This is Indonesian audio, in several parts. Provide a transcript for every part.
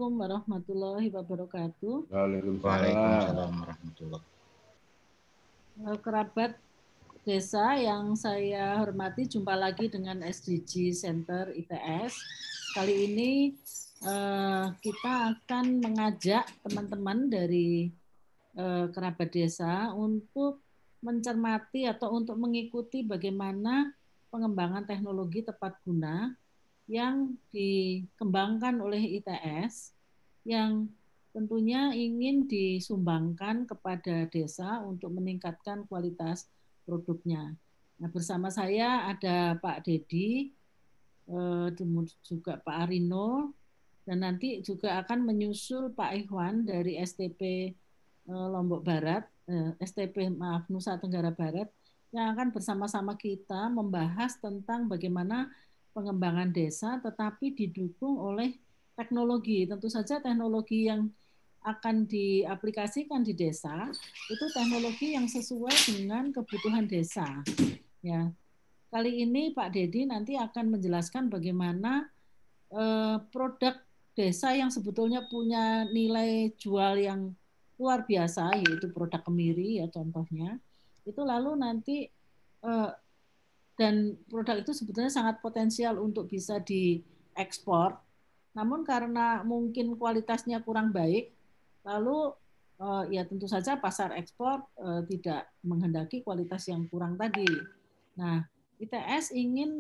Assalamualaikum warahmatullahi wabarakatuh. Waalaikumsalam warahmatullahi wabarakatuh. Kerabat desa yang saya hormati, jumpa lagi dengan SDG Center ITS. Kali ini kita akan mengajak teman-teman dari kerabat desa untuk mencermati atau untuk mengikuti bagaimana pengembangan teknologi tepat guna yang dikembangkan oleh ITS yang tentunya ingin disumbangkan kepada desa untuk meningkatkan kualitas produknya. Nah, bersama saya ada Pak Dedi, juga Pak Arino, dan nanti juga akan menyusul Pak Ikhwan dari STP Lombok Barat, STP Nusa Tenggara Barat, yang akan bersama-sama kita membahas tentang bagaimana pengembangan desa tetapi didukung oleh teknologi. Tentu saja teknologi yang akan diaplikasikan di desa itu teknologi yang sesuai dengan kebutuhan desa. Ya, kali ini Pak Dedi nanti akan menjelaskan bagaimana produk desa yang sebetulnya punya nilai jual yang luar biasa, yaitu produk kemiri ya contohnya. Itu lalu nanti dan produk itu sebetulnya sangat potensial untuk bisa diekspor. Namun karena mungkin kualitasnya kurang baik, lalu ya tentu saja pasar ekspor tidak menghendaki kualitas yang kurang tadi. Nah, ITS ingin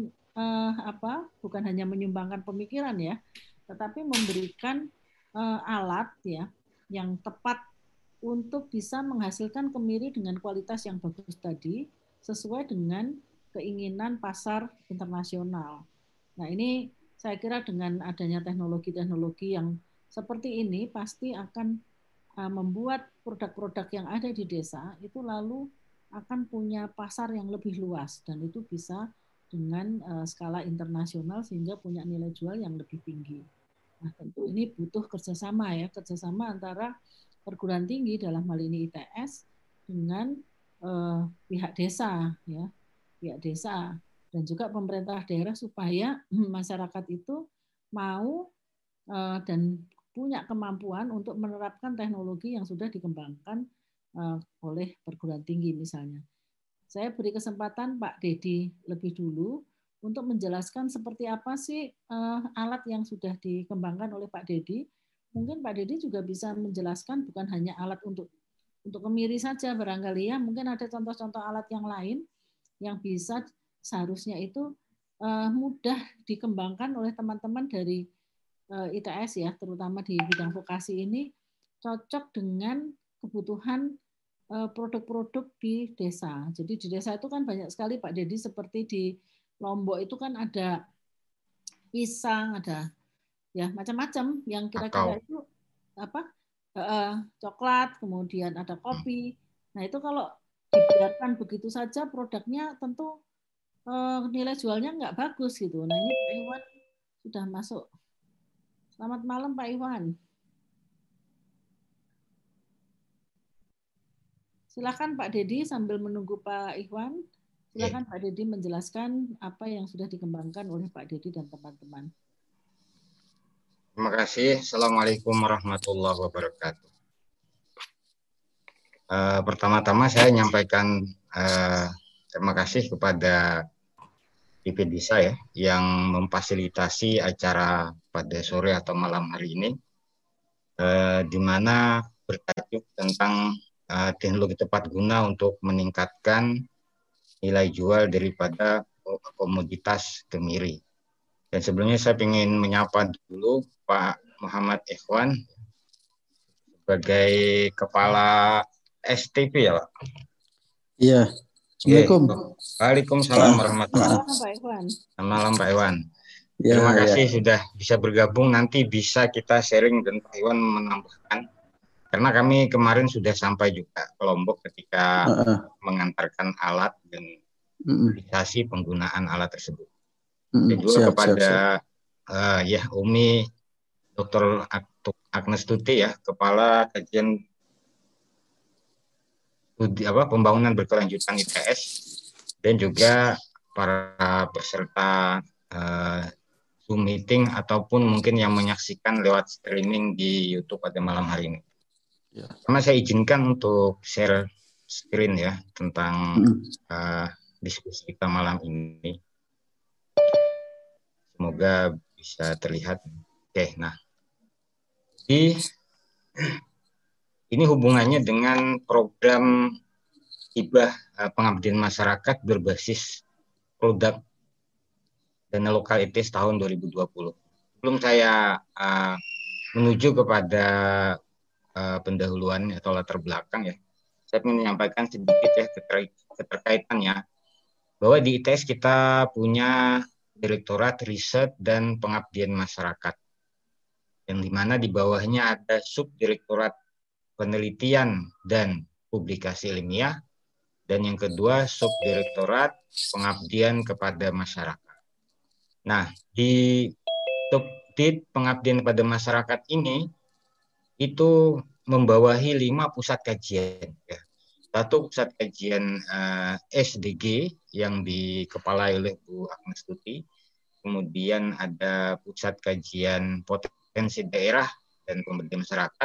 bukan hanya menyumbangkan pemikiran ya, tetapi memberikan alat ya yang tepat untuk bisa menghasilkan kemiri dengan kualitas yang bagus tadi sesuai dengan keinginan pasar internasional. Nah, ini saya kira dengan adanya teknologi-teknologi yang seperti ini pasti akan membuat produk-produk yang ada di desa itu lalu akan punya pasar yang lebih luas dan itu bisa dengan skala internasional sehingga punya nilai jual yang lebih tinggi. Nah, tentu ini butuh kerjasama ya, kerjasama antara perguruan tinggi dalam hal ini ITS dengan pihak desa ya, pihak desa dan juga pemerintah daerah supaya masyarakat itu mau dan punya kemampuan untuk menerapkan teknologi yang sudah dikembangkan oleh perguruan tinggi misalnya. Saya beri kesempatan Pak Dedi lebih dulu untuk menjelaskan seperti apa sih alat yang sudah dikembangkan oleh Pak Dedi. Mungkin Pak Dedi juga bisa menjelaskan bukan hanya alat untuk kemiri saja barangkali ya, mungkin ada contoh-contoh alat yang lain yang bisa seharusnya itu mudah dikembangkan oleh teman-teman dari ITS ya, terutama di bidang vokasi ini cocok dengan kebutuhan produk-produk di desa. Jadi di desa itu kan banyak sekali Pak Dedi, seperti di Lombok itu kan ada pisang, ada ya macam-macam yang kira-kira itu apa coklat, kemudian ada kopi. Nah itu kalau dibiarkan begitu saja produknya tentu nilai jualnya nggak bagus gitu. Nah ini Pak Iwan sudah masuk. Selamat malam Pak Iwan. Silakan Pak Dedi sambil menunggu Pak Iwan. Silakan Pak Dedi menjelaskan apa yang sudah dikembangkan oleh Pak Dedi dan teman-teman. Terima kasih. Assalamualaikum warahmatullahi wabarakatuh. Pertama-tama saya menyampaikan terima kasih kepada IP Desa ya yang memfasilitasi acara pada sore atau malam hari ini, di mana bertajuk tentang teknologi tepat guna untuk meningkatkan nilai jual daripada komoditas kemiri. Dan sebelumnya saya ingin menyapa dulu Pak Muhammad Ikhwan sebagai Kepala STP ya Pak? Iya. Assalamualaikum. Waalaikumsalam warahmatullahi wabarakatuh. Selamat malam Pak Iwan. Ya, Terima kasih sudah bisa bergabung. Nanti bisa kita sharing dan Pak Iwan menambahkan. Karena kami kemarin sudah sampai juga ke Lombok ketika mengantarkan alat dan realisasi penggunaan alat tersebut. Kedua kepada ya Umi Dr. Agnes Tuti ya, Kepala Kajian Pembangunan Berkelanjutan ITS, dan juga para peserta Zoom meeting ataupun mungkin yang menyaksikan lewat streaming di YouTube pada malam hari ini. Ya. Karena saya izinkan untuk share screen ya tentang diskusi kita malam ini. Semoga bisa terlihat. Oke, nah ini hubungannya dengan program hibah pengabdian masyarakat berbasis produk dana lokal ITS tahun 2020. Sebelum saya menuju kepada pendahuluan atau latar belakang ya, saya ingin menyampaikan sedikit ya keterkaitannya bahwa di ITS kita punya Direktorat Riset dan Pengabdian Masyarakat, yang dimana di bawahnya ada Subdirektorat Penelitian dan Publikasi Ilmiah, dan yang kedua Subdirektorat Pengabdian kepada Masyarakat. Nah, di Subdit Pengabdian kepada Masyarakat ini itu membawahi 5 pusat kajian. Ya. Satu pusat kajian SDG yang dikepalai oleh Bu Agnes Tuti. Kemudian ada pusat kajian potensi daerah dan pemberdayaan masyarakat.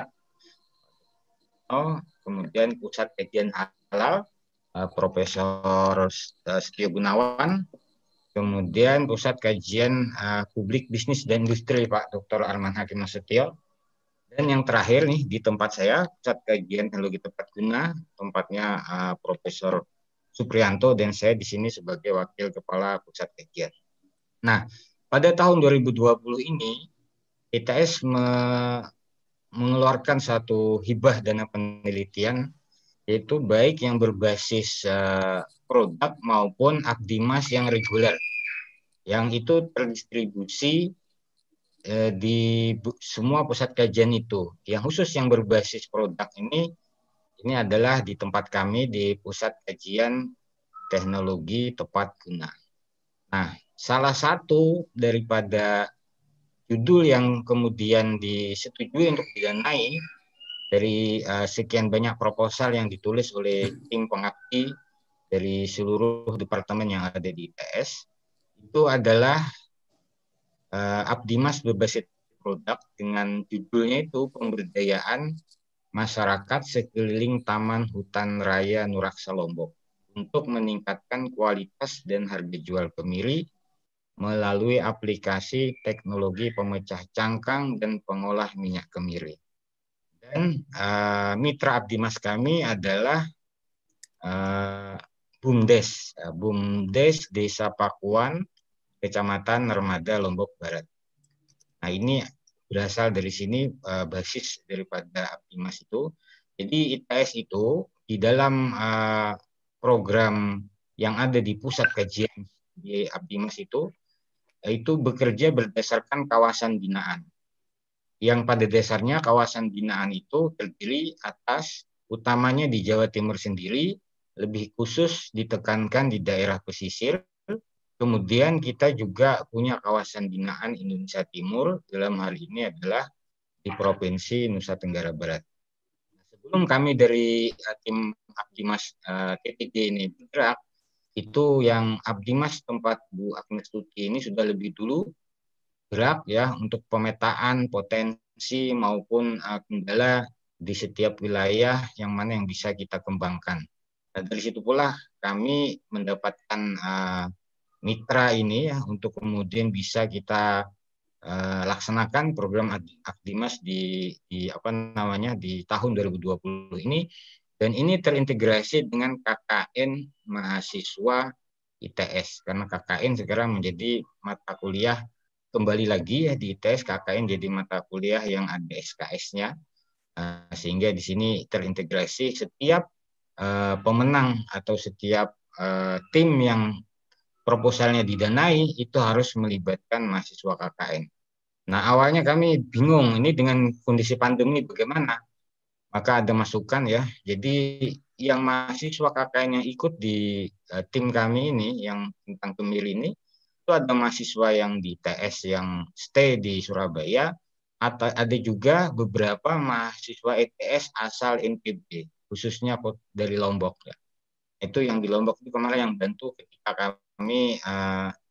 Kemudian pusat kajian halal Profesor Setio Gunawan. Kemudian pusat kajian publik bisnis dan industri Pak Dr. Arman Hakim Nasution. Dan yang terakhir nih di tempat saya, pusat kajian teknologi tepat guna, tempatnya Profesor Suprianto dan saya di sini sebagai wakil kepala pusat kajian. Nah, pada tahun 2020 ini ITS mengeluarkan satu hibah dana penelitian, yaitu baik yang berbasis produk maupun akdimas yang reguler, yang itu terdistribusi di semua pusat kajian itu. Yang khusus yang berbasis produk ini adalah di tempat kami di Pusat Kajian Teknologi Tepat Guna. Nah, salah satu daripada judul yang kemudian disetujui untuk didanai dari sekian banyak proposal yang ditulis oleh tim pengabdi dari seluruh departemen yang ada di ITS, itu adalah Abdimas berbasis produk dengan judulnya itu Pemberdayaan Masyarakat Sekeliling Taman Hutan Raya Nuraksa Lombok untuk meningkatkan kualitas dan harga jual kemiri melalui aplikasi teknologi pemecah cangkang dan pengolah minyak kemiri. Dan mitra Abdimas kami adalah BUMDes, BUMDes Desa Pakuan, Kecamatan Narmada, Lombok Barat. Nah, ini berasal dari sini basis daripada Abdimas itu. Jadi ITS itu di dalam program yang ada di pusat kajian di Abdimas itu bekerja berdasarkan kawasan binaan. Yang pada dasarnya kawasan binaan itu terdiri atas utamanya di Jawa Timur sendiri, lebih khusus ditekankan di daerah pesisir. Kemudian kita juga punya kawasan binaan Indonesia Timur, dalam hal ini adalah di Provinsi Nusa Tenggara Barat. Sebelum kami dari tim Abdimas TTG ini bergerak, itu yang Abdimas tempat Bu Agnes Tuti ini sudah lebih dulu gerak ya untuk pemetaan potensi maupun kendala di setiap wilayah yang mana yang bisa kita kembangkan. Dan dari situ pula kami mendapatkan mitra ini ya untuk kemudian bisa kita laksanakan program Abdimas di tahun 2020 ini, dan ini terintegrasi dengan KKN mahasiswa ITS karena KKN sekarang menjadi mata kuliah kembali lagi ya di ITS. KKN jadi mata kuliah yang ada SKS-nya, sehingga di sini terintegrasi setiap pemenang atau setiap tim yang proposalnya didanai itu harus melibatkan mahasiswa KKN. Nah, awalnya kami bingung ini dengan kondisi pandemi bagaimana. Maka ada masukan ya. Jadi yang mahasiswa KKN yang ikut di tim kami ini yang tentang kemiri ini itu ada mahasiswa yang di TS yang stay di Surabaya, atau ada juga beberapa mahasiswa ETS asal NTB khususnya dari Lombok ya. Itu yang di Lombok itu kemarin yang bantu ketika kami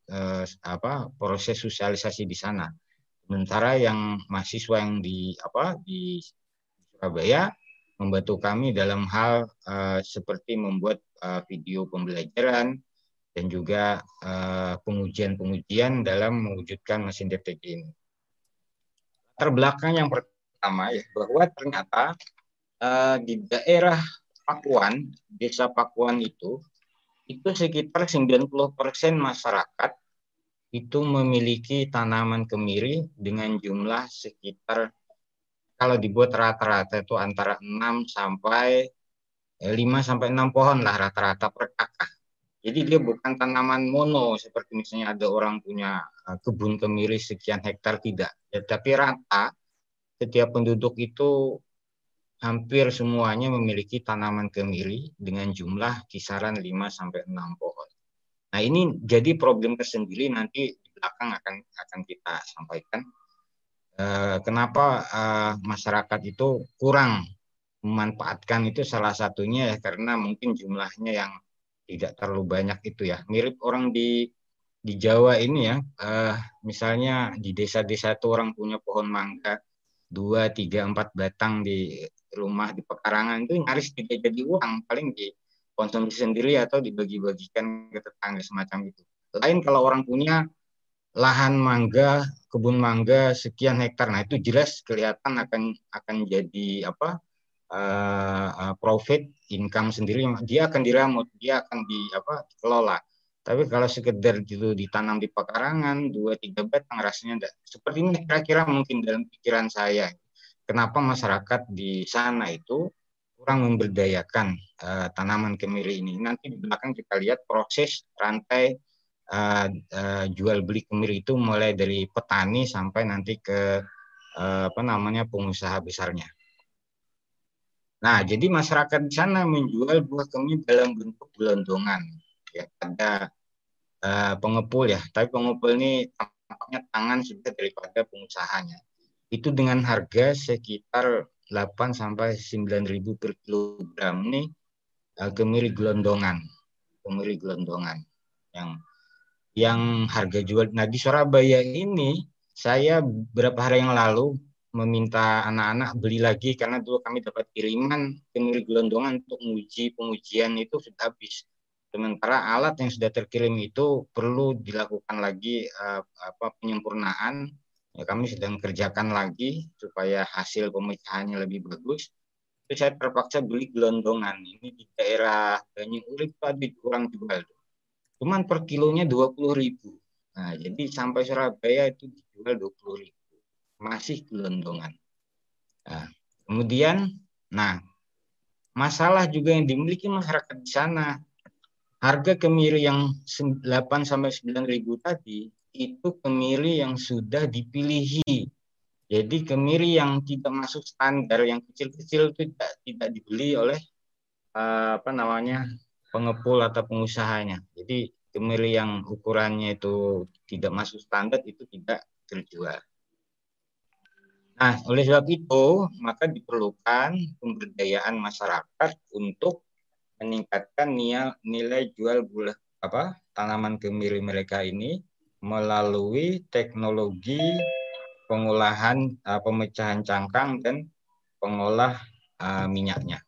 proses sosialisasi di sana. Sementara yang mahasiswa yang di Surabaya membantu kami dalam hal seperti membuat video pembelajaran dan juga pengujian-pengujian dalam mewujudkan mesin deteksi ini. Latar belakang yang pertama ya, bahwa ternyata di daerah Pakuan, desa Pakuan itu sekitar 90% masyarakat itu memiliki tanaman kemiri dengan jumlah sekitar, kalau dibuat rata-rata itu antara 5 sampai 6 pohon lah rata-rata per kakak. Jadi dia bukan tanaman mono seperti misalnya ada orang punya kebun kemiri sekian hektar, tidak. Ya, tapi rata setiap penduduk itu hampir semuanya memiliki tanaman kemiri dengan jumlah kisaran 5 sampai 6 pohon. Nah, ini jadi problem tersendiri, nanti di belakang akan kita sampaikan. Kenapa masyarakat itu kurang memanfaatkan itu, salah satunya ya karena mungkin jumlahnya yang tidak terlalu banyak itu ya. Mirip orang di Jawa ini ya, misalnya di desa-desa itu orang punya pohon mangga 2, 3, 4 batang di rumah di pekarangan, itu nyaris tidak jadi uang, paling dikonsumsi sendiri atau dibagi-bagikan ke tetangga semacam itu. Lain kalau orang punya lahan mangga, kebun mangga sekian hektar, nah itu jelas kelihatan akan jadi profit, income sendiri, dia akan diramut, dia akan dikelola. Tapi kalau sekedar itu ditanam di pekarangan 2, 3 batang, rasanya enggak. Seperti ini kira-kira mungkin dalam pikiran saya. Kenapa masyarakat di sana itu kurang memberdayakan tanaman kemiri ini. Nanti di belakang kita lihat proses rantai jual beli kemiri itu mulai dari petani sampai nanti ke pengusaha besarnya. Nah, jadi masyarakat di sana menjual buah kemiri dalam bentuk gelondongan. Ya, ada pengepul ya, tapi pengepul ini tampaknya tangan sudah daripada pengusahanya. Itu dengan harga sekitar 8 sampai 9.000 per kilogram. Ini kemiri gelondongan. Kemiri gelondongan yang harga jual. Nah, di Surabaya ini saya beberapa hari yang lalu meminta anak-anak beli lagi karena dulu kami dapat kiriman kemiri gelondongan untuk pengujian itu sudah habis. Sementara alat yang sudah terkirim itu perlu dilakukan lagi penyempurnaan. Ya, kami sedang kerjakan lagi supaya hasil pemecahannya lebih bagus. Itu saya terpaksa beli gelondongan. Ini di daerah Banyuurip tadi kurang jual. Cuman per kilonya 20.000. Nah, jadi sampai Surabaya itu dijual 20.000. Masih gelondongan. Nah, kemudian, masalah juga yang dimiliki masyarakat di sana. Harga kemiri yang 8 sampai 9.000 tadi itu kemiri yang sudah dipilihi. Jadi kemiri yang tidak masuk standar, yang kecil-kecil itu tidak dibeli oleh pengepul atau pengusahanya. Jadi kemiri yang ukurannya itu tidak masuk standar itu tidak terjual. Nah, oleh sebab itu maka diperlukan pemberdayaan masyarakat untuk meningkatkan nilai jual tanaman kemiri mereka ini melalui teknologi pengolahan pemecahan cangkang dan pengolah minyaknya.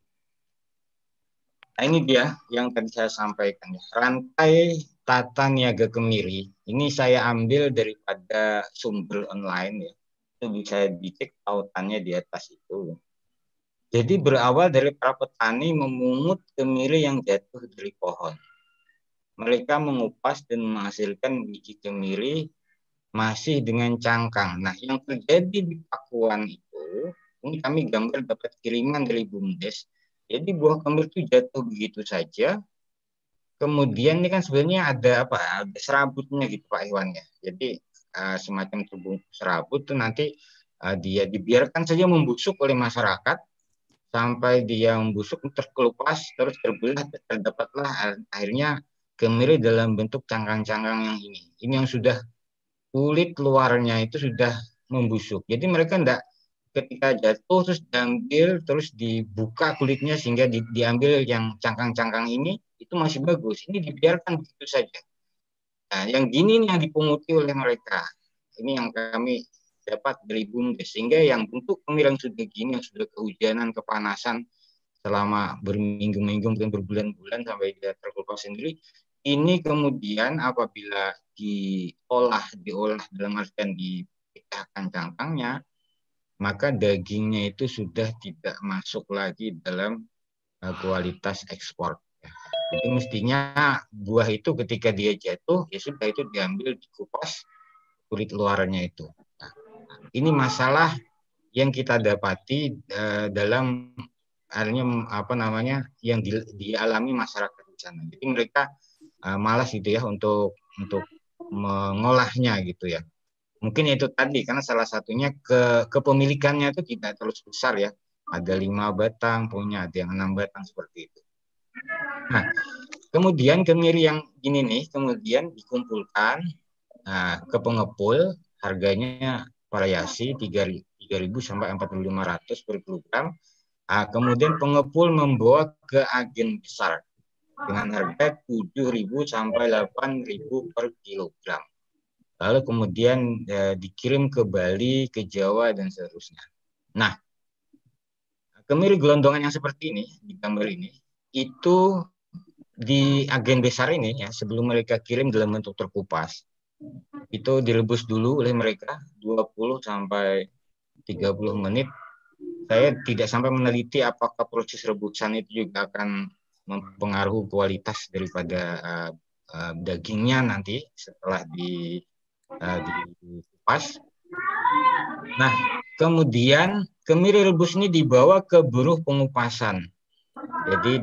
Nah, ini dia yang tadi saya sampaikan. Rantai tata niaga kemiri ini saya ambil daripada sumber online ya. Itu bisa dicek tautannya di atas itu. Jadi berawal dari para petani memungut kemiri yang jatuh dari pohon. Mereka mengupas dan menghasilkan biji kemiri masih dengan cangkang. Nah, yang terjadi di Pakuan itu, ini kami gambar dapat kiriman dari BUMDes. Jadi buah kemiri itu jatuh begitu saja. Kemudian ini kan sebenarnya ada serabutnya gitu Pak Iwan ya. Jadi semacam tubuh serabut itu nanti dia dibiarkan saja membusuk oleh masyarakat. Sampai dia membusuk, terkelupas, terus terbelah, terdapatlah akhirnya kemiri dalam bentuk cangkang-cangkang yang ini. Ini yang sudah kulit luarnya itu sudah membusuk. Jadi mereka ketika jatuh terus diambil, terus dibuka kulitnya sehingga diambil yang cangkang-cangkang ini, itu masih bagus. Ini dibiarkan begitu saja. Nah, yang gini nih yang dipunguti oleh mereka. Ini yang kami dapat dari BUMDes. Sehingga yang untuk kemiri yang sudah gini, yang sudah kehujanan, kepanasan selama berminggu-minggu, mungkin berbulan-bulan sampai dia terkelupas sendiri, ini kemudian apabila diolah dalam artian dipecahkan cangkangnya, maka dagingnya itu sudah tidak masuk lagi dalam kualitas ekspor. Jadi mestinya buah itu ketika dia jatuh, ya sudah itu diambil, dikupas kulit luarnya itu. Nah, ini masalah yang kita dapati dalam akhirnya apa namanya yang dialami masyarakat di sana. Jadi mereka malas gitu ya untuk mengolahnya gitu ya. Mungkin itu tadi karena salah satunya kepemilikannya itu tidak terlalu besar ya. Ada 5 batang punya, ada yang 6 batang seperti itu. Nah, kemudian kemiri yang ini nih kemudian dikumpulkan ke pengepul, harganya variasi 3.000 sampai 4.500 per kilogram. Kemudian pengepul membawa ke agen besar dengan harga 7.000 sampai 8.000 per kilogram. Lalu kemudian dikirim ke Bali, ke Jawa, dan seterusnya. Nah, kemiri gelondongan yang seperti ini, di gambar ini, itu di agen besar ini, ya sebelum mereka kirim dalam bentuk terkupas, itu direbus dulu oleh mereka 20 sampai 30 menit. Saya tidak sampai meneliti apakah proses rebusan itu juga akan mempengaruhi kualitas daripada dagingnya nanti setelah dikupas. Nah, kemudian kemiri rebus ini dibawa ke buruh pengupasan. Jadi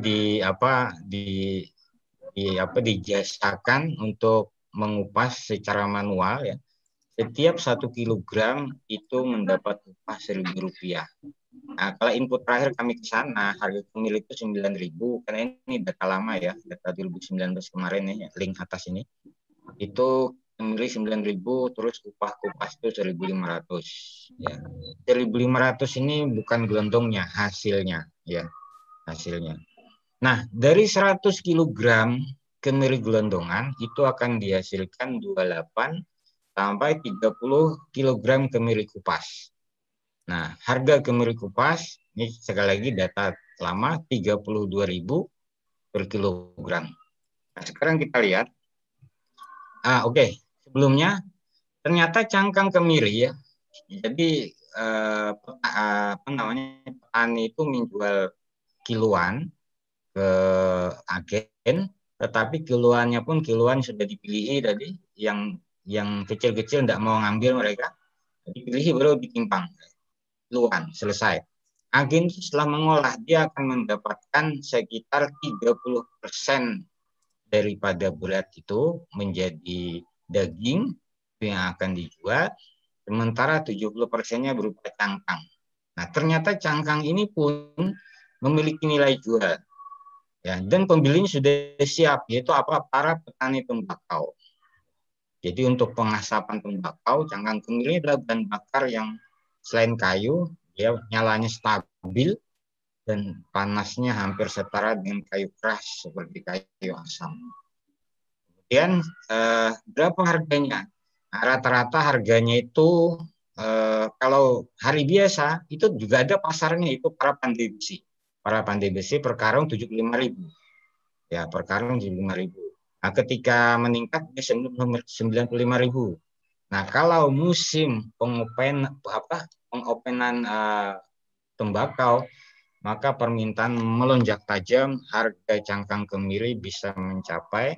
dijasakan untuk mengupas secara manual ya. Setiap 1 kilogram itu mendapat upah Rp1.000. Nah, kalau input terakhir kami ke sana, harga kemiri itu 9.000, karena ini data lama ya, data 2019 kemarin ya, link atas ini. Itu kemiri 9.000, terus upah kupas itu 1.500. Ya. 1.500 ini bukan gelondongnya, hasilnya ya, hasilnya. Nah, dari 100 kilogram kemiri gelondongan itu akan dihasilkan 28 sampai 30 kilogram kemiri kupas. Nah, harga kemiri kupas, ini sekali lagi data lama, 32.000 per kilogram. Nah, sekarang kita lihat. Oke. Sebelumnya, ternyata cangkang kemiri ya. Jadi, petani itu menjual kiloan ke agen, tetapi kiloannya pun kiloan sudah dipilih tadi, yang kecil-kecil tidak mau ngambil mereka, dipilih baru ditimbang. Kiloan, selesai. Agen setelah mengolah, dia akan mendapatkan sekitar 30% daripada berat itu menjadi daging yang akan dijual, sementara 70%-nya berupa cangkang. Nah, ternyata cangkang ini pun memiliki nilai jual. Ya, dan pembelinya sudah siap, yaitu para petani tembakau. Jadi untuk pengasapan tembakau, cangkang kemiri adalah bahan bakar yang selain kayu, dia nyalanya stabil dan panasnya hampir setara dengan kayu keras seperti kayu asam. Kemudian berapa harganya? Nah, rata-rata harganya itu kalau hari biasa itu juga ada pasarnya, itu para pandai besi. Para pandai besi per karung 75.000. Ya, per karung 75.000. Nah, ketika meningkat dia 95.000. Nah, kalau musim pengopenan tembakau, maka permintaan melonjak tajam, harga cangkang kemiri bisa mencapai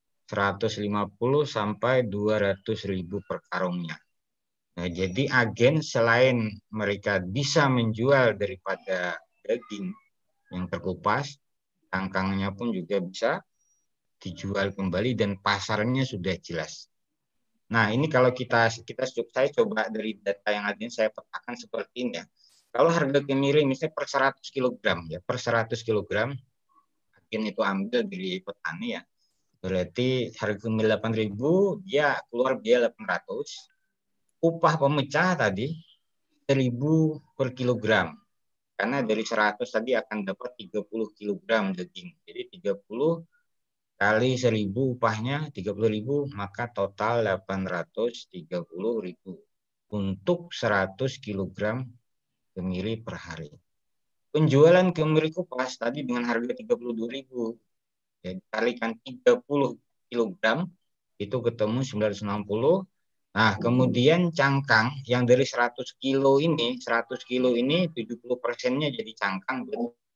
150 sampai 200.000 per karungnya. Nah, jadi agen selain mereka bisa menjual daripada daging yang terkupas, cangkangnya pun juga bisa dijual kembali dan pasarnya sudah jelas. Nah, ini kalau saya coba dari data yang ada saya petakan seperti ini ya. Kalau harga kemiri misalnya per 100 kg ya, per 100 kg agen itu ambil dari petani ya. Berarti harga kemiri 8.000, dia keluar biaya 800. Upah pemecah tadi 1.000 per kilogram. Karena dari 100 tadi akan dapat 30 kg daging. Jadi 30 kali 1.000 upahnya 30.000, maka total 830.000 untuk 100 kg kemiri per hari. Penjualan kemiri kupas tadi dengan harga 32.000, ya, dikalikan 30 kg itu ketemu 960. Nah, kemudian cangkang yang dari 100 kilo ini, 70%-nya jadi cangkang,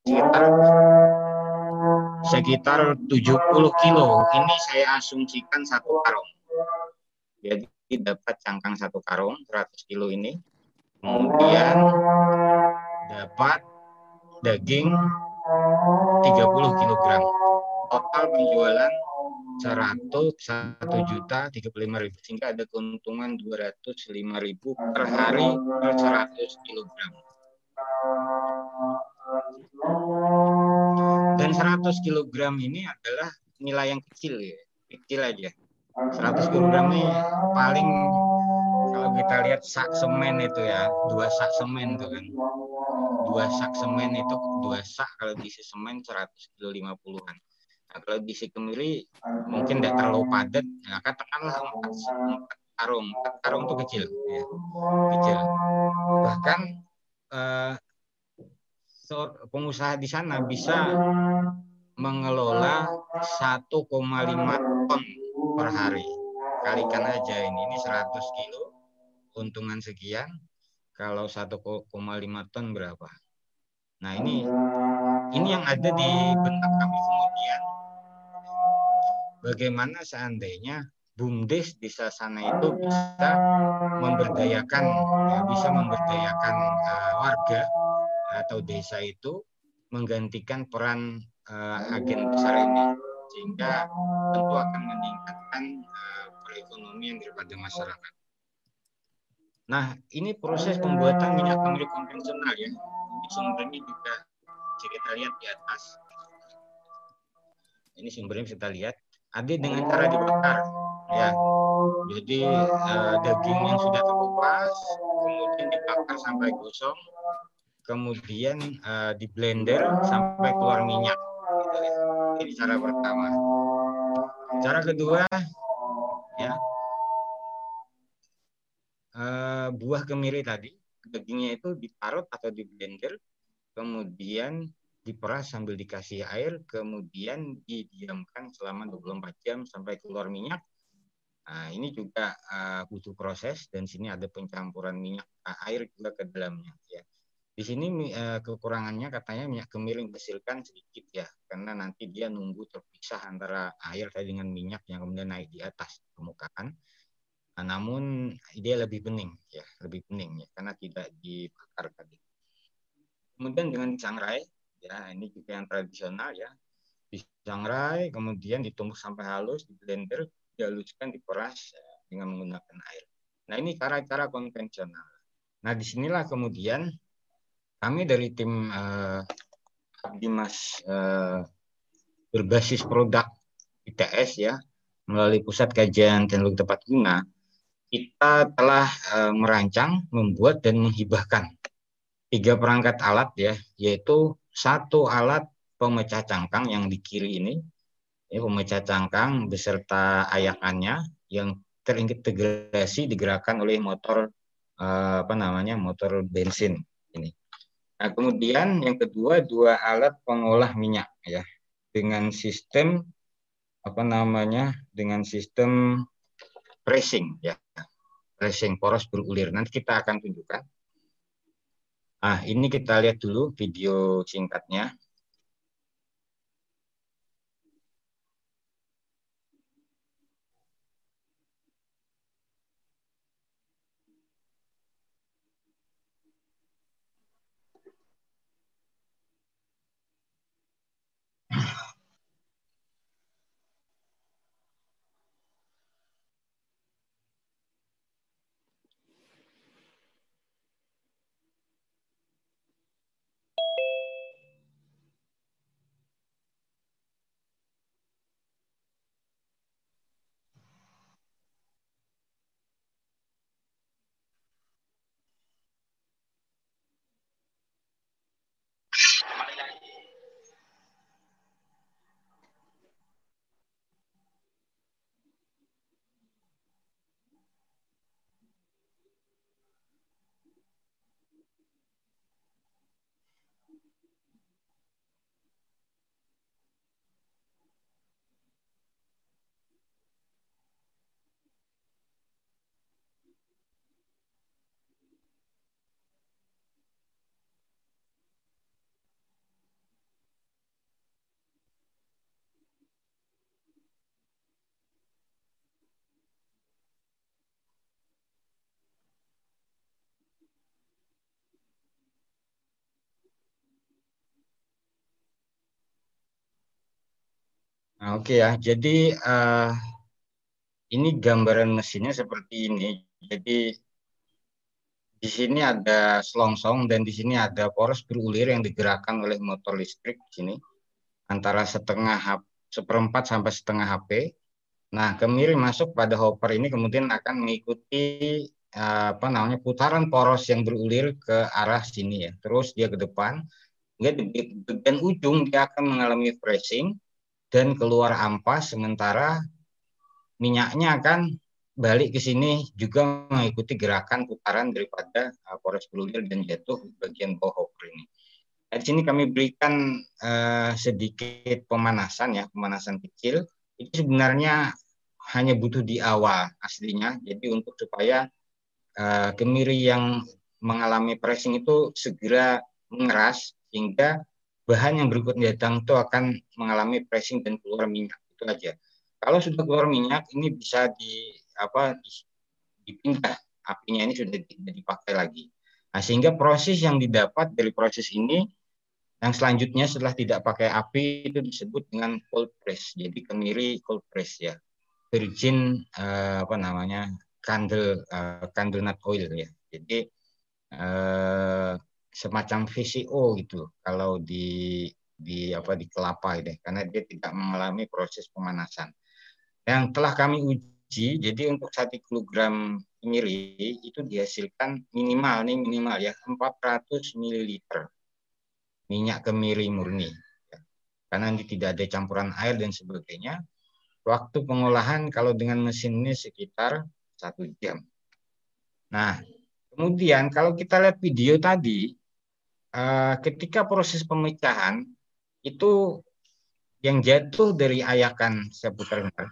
sekitar 70 kilo. Ini saya asumsikan satu karung. Jadi dapat cangkang satu karung 100 kilo ini. Kemudian dapat daging 30 kilogram. Total penjualan 1.135.000, sehingga ada keuntungan 205.000 per hari per 100 kilogram. Dan 100 kilogram ini adalah nilai yang kecil, ya, kecil aja. 100 kilogram ini paling, kalau kita lihat sak semen itu ya, 2 sak semen itu kan. 2 sak semen itu, 2 sak kalau diisi semen 100 kilo 50-an. Nah, kalau diisi kemiri mungkin tidak terlalu padat, nah, katakanlah 4 karung. 4 karung itu kecil, ya. Kecil. Bahkan pengusaha di sana bisa mengelola 1,5 ton per hari. Kalikan aja ini 100 kilo, untungan sekian. Kalau 1,5 ton berapa? Nah, ini yang ada di benak kami kemudian. Bagaimana seandainya BUMDes di sana itu bisa memberdayakan, ya, warga atau desa itu menggantikan peran agen besar ini, sehingga tentu akan meningkatkan perekonomian daripada masyarakat. Nah, ini proses pembuatan minyak kemiri konvensional, ya. Ini sumbernya juga bisa kita lihat di atas. Ini sumbernya bisa kita lihat. Ada dengan cara dibakar, ya. Jadi daging yang sudah terkupas kemudian dibakar sampai gosong, kemudian di blender sampai keluar minyak. Gitu, ya. Ini cara pertama. Cara kedua, ya, buah kemiri tadi, dagingnya itu diparut atau di blender, kemudian diperas sambil dikasih air, kemudian didiamkan selama 24 jam sampai keluar minyak. Nah, ini juga butuh proses, dan sini ada pencampuran minyak air juga ke dalamnya, ya. Di sini kekurangannya katanya minyak kemiri dihasilkan sedikit, ya, karena nanti dia nunggu terpisah antara air tadi dengan minyak yang kemudian naik di atas permukaan. Nah, namun dia lebih bening, ya, karena tidak dibakar tadi. Kemudian dengan disangrai, ya, ini juga yang tradisional, ya, disangrai kemudian ditumbuk sampai halus, di blender, dihaluskan, diperas dengan menggunakan air. Nah, ini cara-cara konvensional. Nah, disinilah kemudian kami dari tim Dimas berbasis produk ITS, ya, melalui Pusat Kajian Teknologi Tepat Guna, kita telah merancang, membuat, dan menghibahkan 3 perangkat alat, ya, yaitu 1 alat pemecah cangkang yang di kiri ini, ya, pemecah cangkang beserta ayakannya yang terintegrasi digerakkan oleh motor motor bensin ini. Nah, kemudian yang kedua 2 alat pengolah minyak, ya, dengan sistem pressing, ya. Pressing poros berulir. Nanti kita akan tunjukkan. Nah, ini kita lihat dulu video singkatnya. Oke ya, jadi ini gambaran mesinnya seperti ini. Jadi di sini ada selongsong dan di sini ada poros berulir yang digerakkan oleh motor listrik di sini antara seperempat sampai setengah HP. Nah, kemiri masuk pada hopper ini kemudian akan mengikuti putaran poros yang berulir ke arah sini ya. Terus dia ke depan, di bagian ujung dia akan mengalami pressing dan keluar ampas, sementara minyaknya akan balik ke sini juga mengikuti gerakan putaran daripada poros berulir dan jatuh di bagian bawah hopper ini. Di sini kami berikan sedikit pemanasan ya, pemanasan kecil. Itu sebenarnya hanya butuh di awal aslinya. Jadi untuk supaya kemiri yang mengalami pressing itu segera mengeras sehingga bahan yang berikutnya datang itu akan mengalami pressing dan keluar minyak, itu aja. Kalau sudah keluar minyak ini bisa dipindah, apinya ini sudah tidak dipakai lagi. Nah, sehingga proses yang didapat dari proses ini yang selanjutnya setelah tidak pakai api itu disebut dengan cold press. Jadi kemiri cold press ya. Virgin candle nut oil ya. Jadi semacam VCO gitu kalau di kelapa deh, karena dia tidak mengalami proses pemanasan. Yang telah kami uji, jadi untuk 1 kilogram kemiri itu dihasilkan minimal ya 400 ml minyak kemiri murni. Ya. Karena ini tidak ada campuran air dan sebagainya. Waktu pengolahan kalau dengan mesin ini sekitar 1 jam. Nah, kemudian kalau kita lihat video tadi, ketika proses pemecahan itu yang jatuh dari ayakan, saya putar bentar.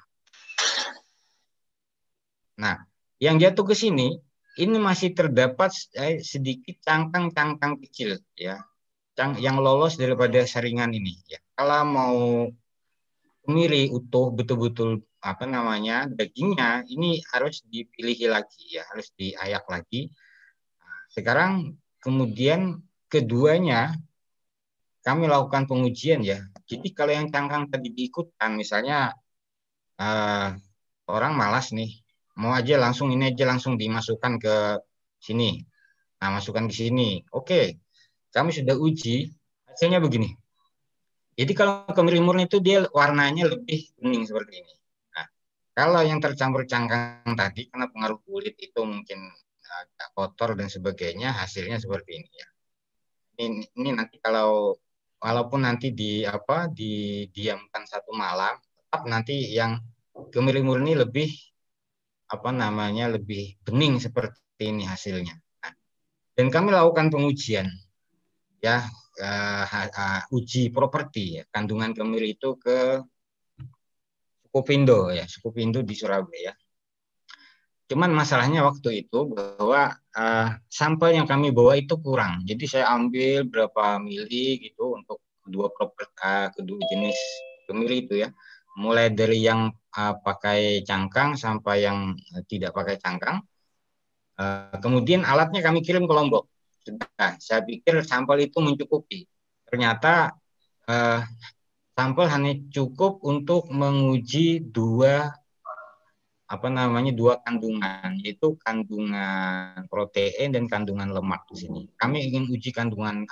Nah, yang jatuh ke sini ini masih terdapat sedikit cangkang-cangkang kecil ya, yang lolos daripada saringan ini ya. Kalau mau kemiri utuh betul-betul dagingnya ini harus dipilih lagi ya, harus diayak lagi. Sekarang kemudian keduanya kami lakukan pengujian ya. Jadi kalau yang cangkang tadi diikutkan, misalnya orang malas nih, mau aja langsung dimasukkan ke sini. Nah, masukkan ke sini. Oke, kami sudah uji, hasilnya begini. Jadi kalau kemiri murni itu dia warnanya lebih kuning seperti ini. Nah, kalau yang tercampur cangkang tadi karena pengaruh kulit itu mungkin agak kotor dan sebagainya, hasilnya seperti ini ya. Ini nanti kalau walaupun nanti didiamkan 1 malam, tetap nanti yang kemiri murni lebih lebih bening seperti ini hasilnya. Nah, dan kami lakukan pengujian ya, uji properti ya, kandungan kemiri itu ke Suku Pindo di Surabaya. Cuman masalahnya waktu itu bahwa sampel yang kami bawa itu kurang. Jadi saya ambil berapa mili gitu untuk kedua jenis kemiri itu ya. Mulai dari yang pakai cangkang sampai yang tidak pakai cangkang. Kemudian alatnya kami kirim ke Lombok. Nah, saya pikir sampel itu mencukupi. Ternyata sampel hanya cukup untuk menguji dua kandungan, yaitu kandungan protein dan kandungan lemak di sini. Kami ingin uji kandungan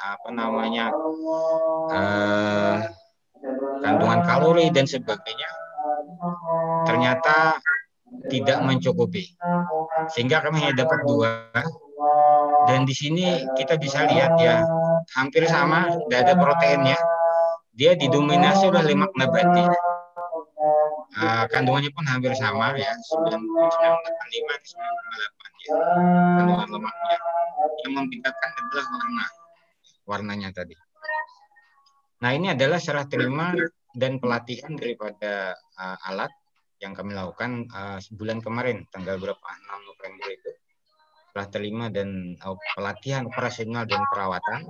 kandungan kalori dan sebagainya. Ternyata tidak mencukupi. Sehingga kami hanya dapat 2. Dan di sini kita bisa lihat ya, hampir sama, tidak ada proteinnya. Dia didominasi oleh lemak nabati. Kandungannya pun hampir sama ya, 9,85 ke 9,8 ya, kandungan lemaknya. Yang membedakan adalah warnanya tadi. Nah, ini adalah serah terima dan pelatihan daripada alat yang kami lakukan bulan kemarin, tanggal berapa? 6 November itu. Serah terima dan pelatihan operasional dan perawatan.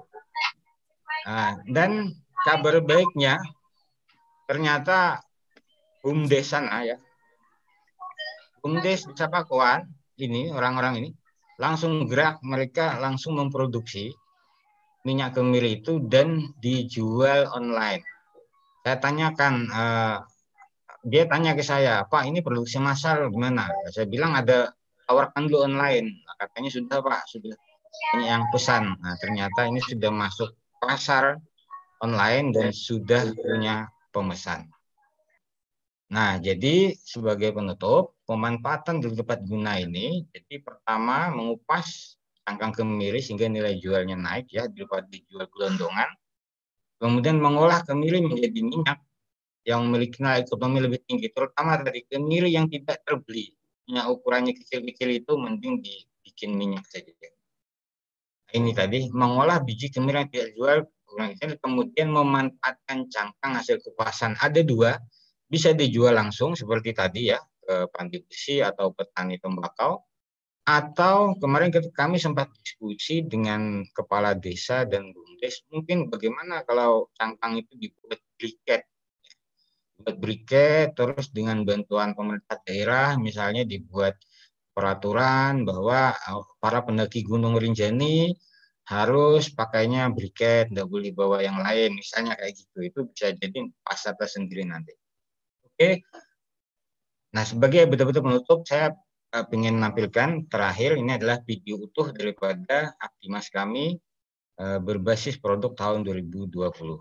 Dan kabar baiknya, ternyata BUMDes sana ya, BUMDes Desa Pakuan ini, orang-orang ini langsung gerak, mereka langsung memproduksi minyak kemiri itu dan dijual online. Saya tanyakan dia tanya ke saya, Pak, ini produksi massal gimana? Saya bilang ada, tawarkan dulu online. Nah, katanya sudah Pak, sudah banyak yang pesan. Nah, ternyata ini sudah masuk pasar online dan sudah punya pemesan. Nah, jadi sebagai penutup, pemanfaatan dari tempat guna ini, jadi pertama mengupas cangkang kemiri sehingga nilai jualnya naik ya, daripada dijual gelondongan. Kemudian mengolah kemiri menjadi minyak yang memiliki nilai ekonomi lebih tinggi, terutama dari kemiri yang tidak terbeli. Minyak ukurannya kecil-kecil itu mending dibikin minyak saja. Ini tadi mengolah biji kemiri yang tidak jual, kemudian memanfaatkan cangkang hasil kupasan. Ada dua, bisa dijual langsung seperti tadi ya, ke panti besi atau petani tembakau, atau kemarin kami sempat diskusi dengan kepala desa dan BUMDes, mungkin bagaimana kalau cangkang itu dibuat briket, terus dengan bantuan pemerintah daerah, misalnya dibuat peraturan bahwa para pendaki Gunung Rinjani harus pakainya briket, tidak boleh bawa yang lain, misalnya kayak gitu. Itu bisa jadi pasar tersendiri nanti. Oke. Nah, sebagai betul-betul penutup, saya ingin menampilkan terakhir, ini adalah video utuh daripada Aktimas kami berbasis produk tahun 2020.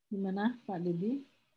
Gimana Pak Dedi?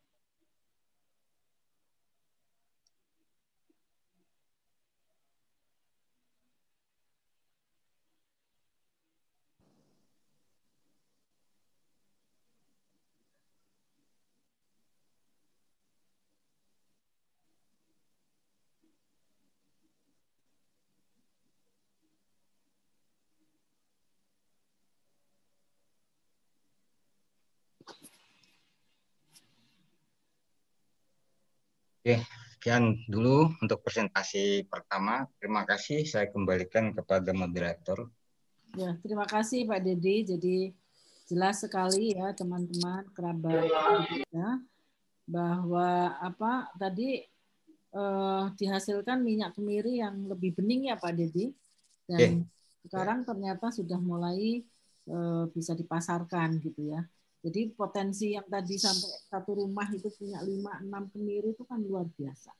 Oke, sekian dulu untuk presentasi pertama. Terima kasih, saya kembalikan kepada moderator. Ya, terima kasih Pak Dedi. Jadi jelas sekali ya teman-teman kerabat kita bahwa tadi dihasilkan minyak kemiri yang lebih bening ya Pak Dedi. Dan sekarang ternyata sudah mulai bisa dipasarkan gitu ya. Jadi potensi yang tadi sampai satu rumah itu punya 5-6 kemiri itu kan luar biasa.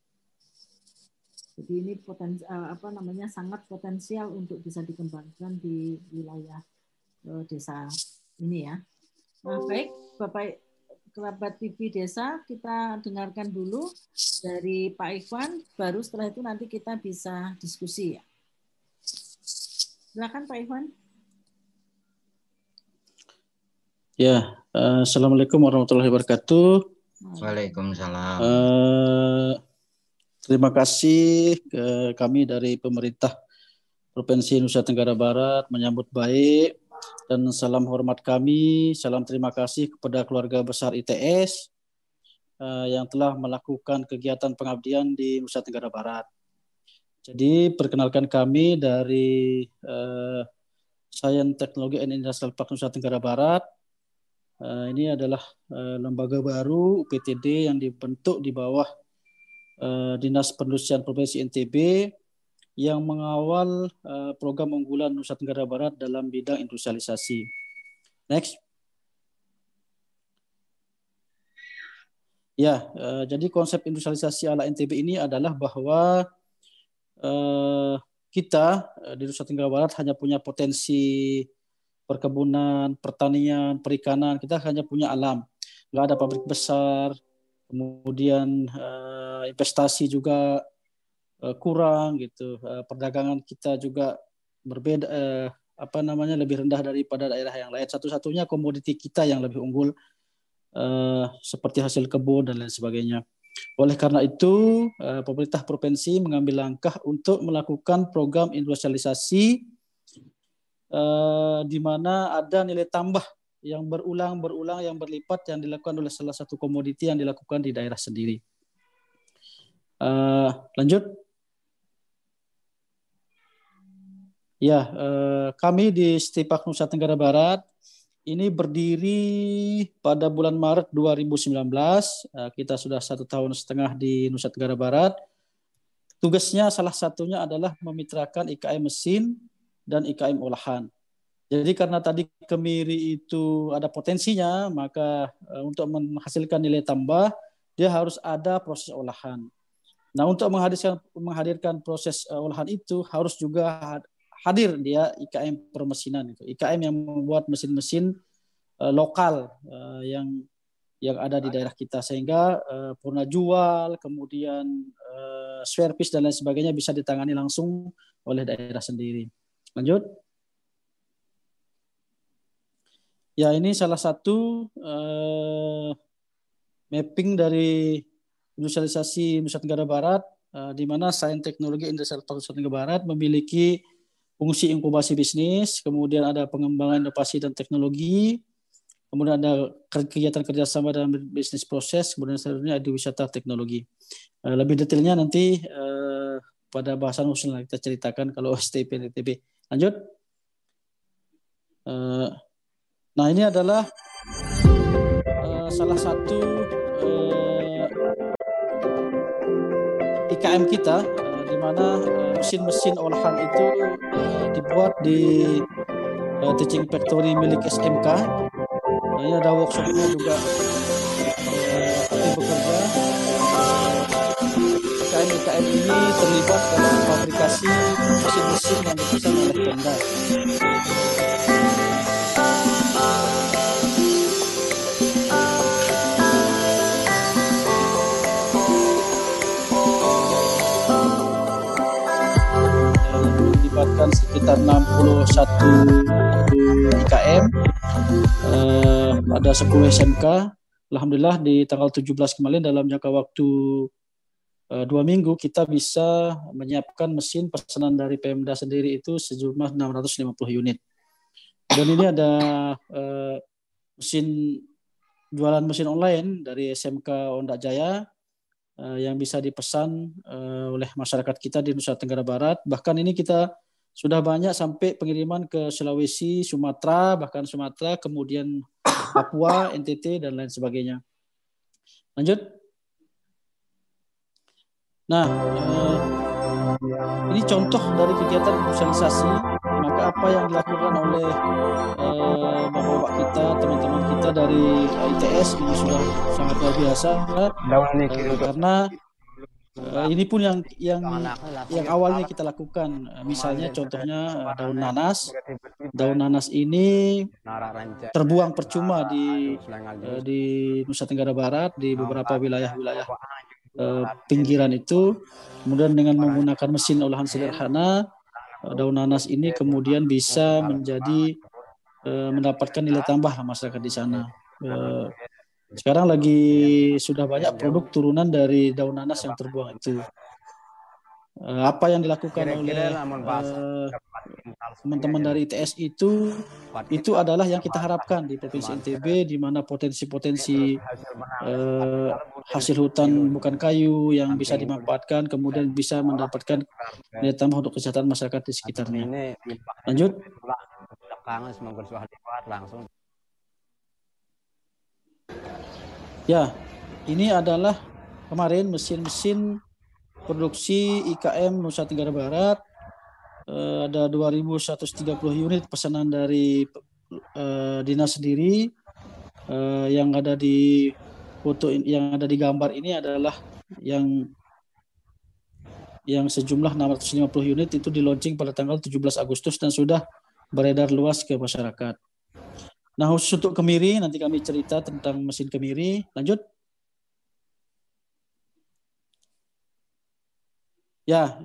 Jadi ini sangat potensial untuk bisa dikembangkan di wilayah desa ini ya. Nah, baik Bapak kerabat TV desa, kita dengarkan dulu dari Pak Ikhwan, baru setelah itu nanti kita bisa diskusi ya. Silakan Pak Ikhwan. Ya, Assalamualaikum warahmatullahi wabarakatuh. Waalaikumsalam. Terima kasih kami dari pemerintah Provinsi Nusa Tenggara Barat menyambut baik dan salam hormat kami, salam terima kasih kepada keluarga besar ITS yang telah melakukan kegiatan pengabdian di Nusa Tenggara Barat. Jadi perkenalkan kami dari Science Technology and Industrial Park Nusa Tenggara Barat. Ini adalah lembaga baru UPTD yang dibentuk di bawah Dinas Perindustrian Provinsi NTB yang mengawal program unggulan Nusa Tenggara Barat dalam bidang industrialisasi. Next. Ya, jadi konsep industrialisasi ala NTB ini adalah bahwa kita di Nusa Tenggara Barat hanya punya potensi perkebunan, pertanian, perikanan, kita hanya punya alam. Nggak ada pabrik besar, kemudian investasi juga kurang gitu. Perdagangan kita juga berbeda, lebih rendah daripada daerah yang lain. Satu-satunya komoditi kita yang lebih unggul seperti hasil kebun dan lain sebagainya. Oleh karena itu, pemerintah provinsi mengambil langkah untuk melakukan program industrialisasi di mana ada nilai tambah yang berulang yang berlipat yang dilakukan oleh salah satu komoditi yang dilakukan di daerah sendiri. Lanjut. Ya, kami di Stipak Nusa Tenggara Barat ini berdiri pada bulan Maret 2019. Kita sudah 1,5 tahun di Nusa Tenggara Barat. Tugasnya salah satunya adalah memitrakan IKM mesin dan IKM olahan. Jadi karena tadi kemiri itu ada potensinya, maka untuk menghasilkan nilai tambah, dia harus ada proses olahan. Nah, untuk menghadirkan proses olahan itu harus juga hadir dia IKM permesinan itu. IKM yang membuat mesin-mesin lokal yang ada di daerah kita, sehingga purna jual, kemudian service dan lain sebagainya bisa ditangani langsung oleh daerah sendiri. Lanjut. Ya, ini salah satu mapping dari industrialisasi Nusa Tenggara Barat, di mana Science Technology Industrial Park Nusa Tenggara Barat memiliki fungsi inkubasi bisnis, kemudian ada pengembangan inovasi dan teknologi, kemudian ada kegiatan kerjasama dalam bisnis proses, kemudian selanjutnya ada wisata teknologi. Lebih detailnya nanti pada bahasan usul kita ceritakan kalau STP NTB. Lanjut. Nah, ini adalah salah satu IKM kita, di mana mesin-mesin olahan itu dibuat di teaching factory milik SMK. Nah, ini ada workshopnya juga aktif bekerja. IKM ini terlibat dalam fabrikasi mesin-mesin yang dipesan oleh Pemda. sekitar 61 IKM, ada 10 SMK. Alhamdulillah di tanggal 17 kemarin dalam jangka waktu 2 minggu kita bisa menyiapkan mesin pesanan dari Pemda sendiri itu sejumlah 650 unit. Dan ini ada jualan mesin online dari SMK Onda Jaya yang bisa dipesan oleh masyarakat kita di Nusa Tenggara Barat. Bahkan ini kita sudah banyak sampai pengiriman ke Sulawesi, Sumatera, bahkan Sumatera, kemudian Papua, NTT, dan lain sebagainya. Lanjut. Nah, ini contoh dari kegiatan sosialisasi. Maka apa yang dilakukan oleh bapak-bapak kita, teman-teman kita dari ITS ini sudah sangat luar biasa. Karena ini pun yang awalnya kita lakukan. Misalnya contohnya daun nanas. Daun nanas ini terbuang percuma di Nusa Tenggara Barat, di beberapa wilayah-wilayah pinggiran itu. Kemudian dengan menggunakan mesin olahan sederhana, daun nanas ini kemudian bisa menjadi mendapatkan nilai tambah masyarakat di sana. Sekarang sudah banyak produk turunan dari daun nanas yang terbuang itu. Apa yang dilakukan oleh teman-teman dari ITS itu adalah yang kita harapkan di Provinsi NTB, di mana potensi-potensi hasil hutan bukan kayu yang bisa dimanfaatkan, kemudian bisa mendapatkan nilai tambah untuk kesehatan masyarakat di sekitarnya. Lanjut. Ya, ini adalah kemarin mesin-mesin produksi IKM Nusa Tenggara Barat. Ada 2.130 unit pesanan dari dinas sendiri. Yang ada di foto, yang ada di gambar ini adalah yang sejumlah 650 unit itu di-launching pada tanggal 17 Agustus dan sudah beredar luas ke masyarakat. Nah, khusus untuk kemiri, nanti kami cerita tentang mesin kemiri. Lanjut. Ya,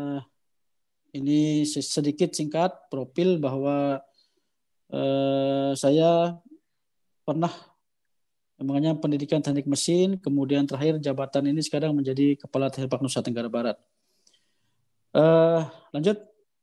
ini sedikit singkat profil bahwa saya pernah mengenyam pendidikan teknik mesin, kemudian terakhir jabatan ini sekarang menjadi Kepala Teknopark Nusa Tenggara Barat. Lanjut.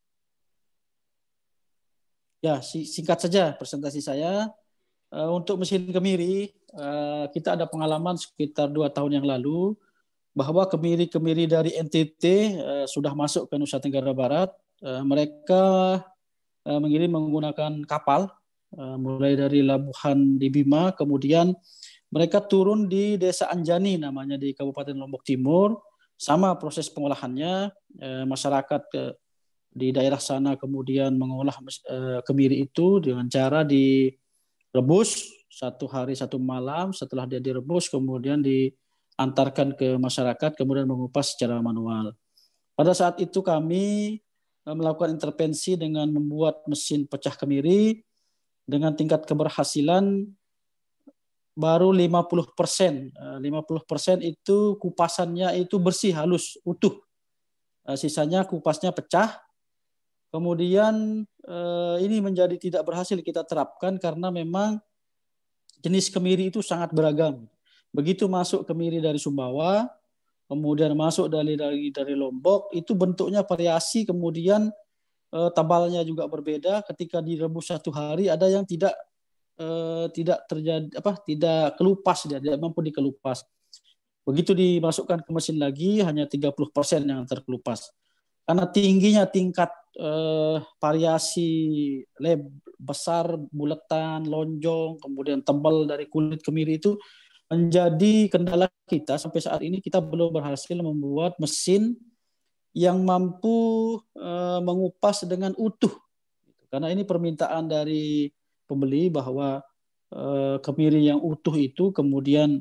Ya, singkat saja presentasi saya. Untuk mesin kemiri, kita ada pengalaman sekitar 2 tahun yang lalu bahwa kemiri-kemiri dari NTT sudah masuk ke Nusa Tenggara Barat. Mereka mengirim menggunakan kapal, mulai dari Labuhan di Bima, kemudian mereka turun di Desa Anjani namanya di Kabupaten Lombok Timur. Sama proses pengolahannya, masyarakat di daerah sana kemudian mengolah kemiri itu dengan cara direbus 1 hari 1 malam. Setelah dia direbus kemudian diantarkan ke masyarakat, kemudian mengupas secara manual. Pada saat itu kami melakukan intervensi dengan membuat mesin pecah kemiri dengan tingkat keberhasilan baru 50%. 50% itu kupasannya itu bersih, halus, utuh. Sisanya kupasnya pecah. Kemudian ini menjadi tidak berhasil kita terapkan karena memang jenis kemiri itu sangat beragam. Begitu masuk kemiri dari Sumbawa, kemudian masuk dari Lombok, itu bentuknya variasi, kemudian tabalnya juga berbeda. Ketika direbus 1 hari, ada yang tidak terjadi tidak kelupas, dia tidak mampu dikelupas. Begitu dimasukkan ke mesin lagi, hanya 30% yang terkelupas. Karena tingginya tingkat variasi besar, bulatan, lonjong, kemudian tebal dari kulit kemiri itu menjadi kendala kita. Sampai saat ini kita belum berhasil membuat mesin yang mampu mengupas dengan utuh. Karena ini permintaan dari pembeli bahwa kemiri yang utuh itu kemudian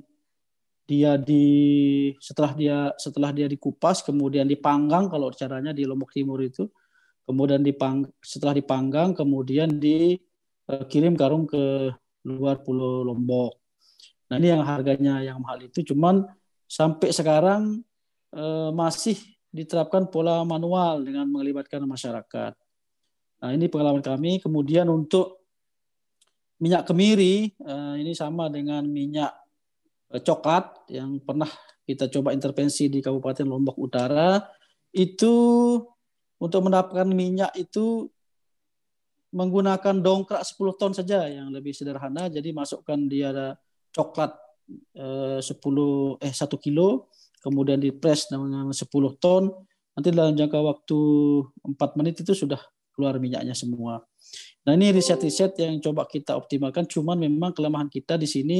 setelah dia dikupas kemudian dipanggang, kalau caranya di Lombok Timur itu, kemudian setelah dipanggang kemudian dikirim karung ke luar Pulau Lombok. Nah, ini yang harganya yang mahal itu, cuman sampai sekarang masih diterapkan pola manual dengan melibatkan masyarakat. Nah, ini pengalaman kami. Kemudian untuk minyak kemiri, ini sama dengan minyak coklat yang pernah kita coba intervensi di Kabupaten Lombok Utara. Itu untuk mendapatkan minyak itu menggunakan dongkrak 10 ton saja yang lebih sederhana. Jadi masukkan dia coklat 1 kilo, kemudian dipres dengan 10 ton. Nanti dalam jangka waktu 4 menit itu sudah keluar minyaknya semua. Nah, ini riset-riset yang coba kita optimalkan. Cuman memang kelemahan kita di sini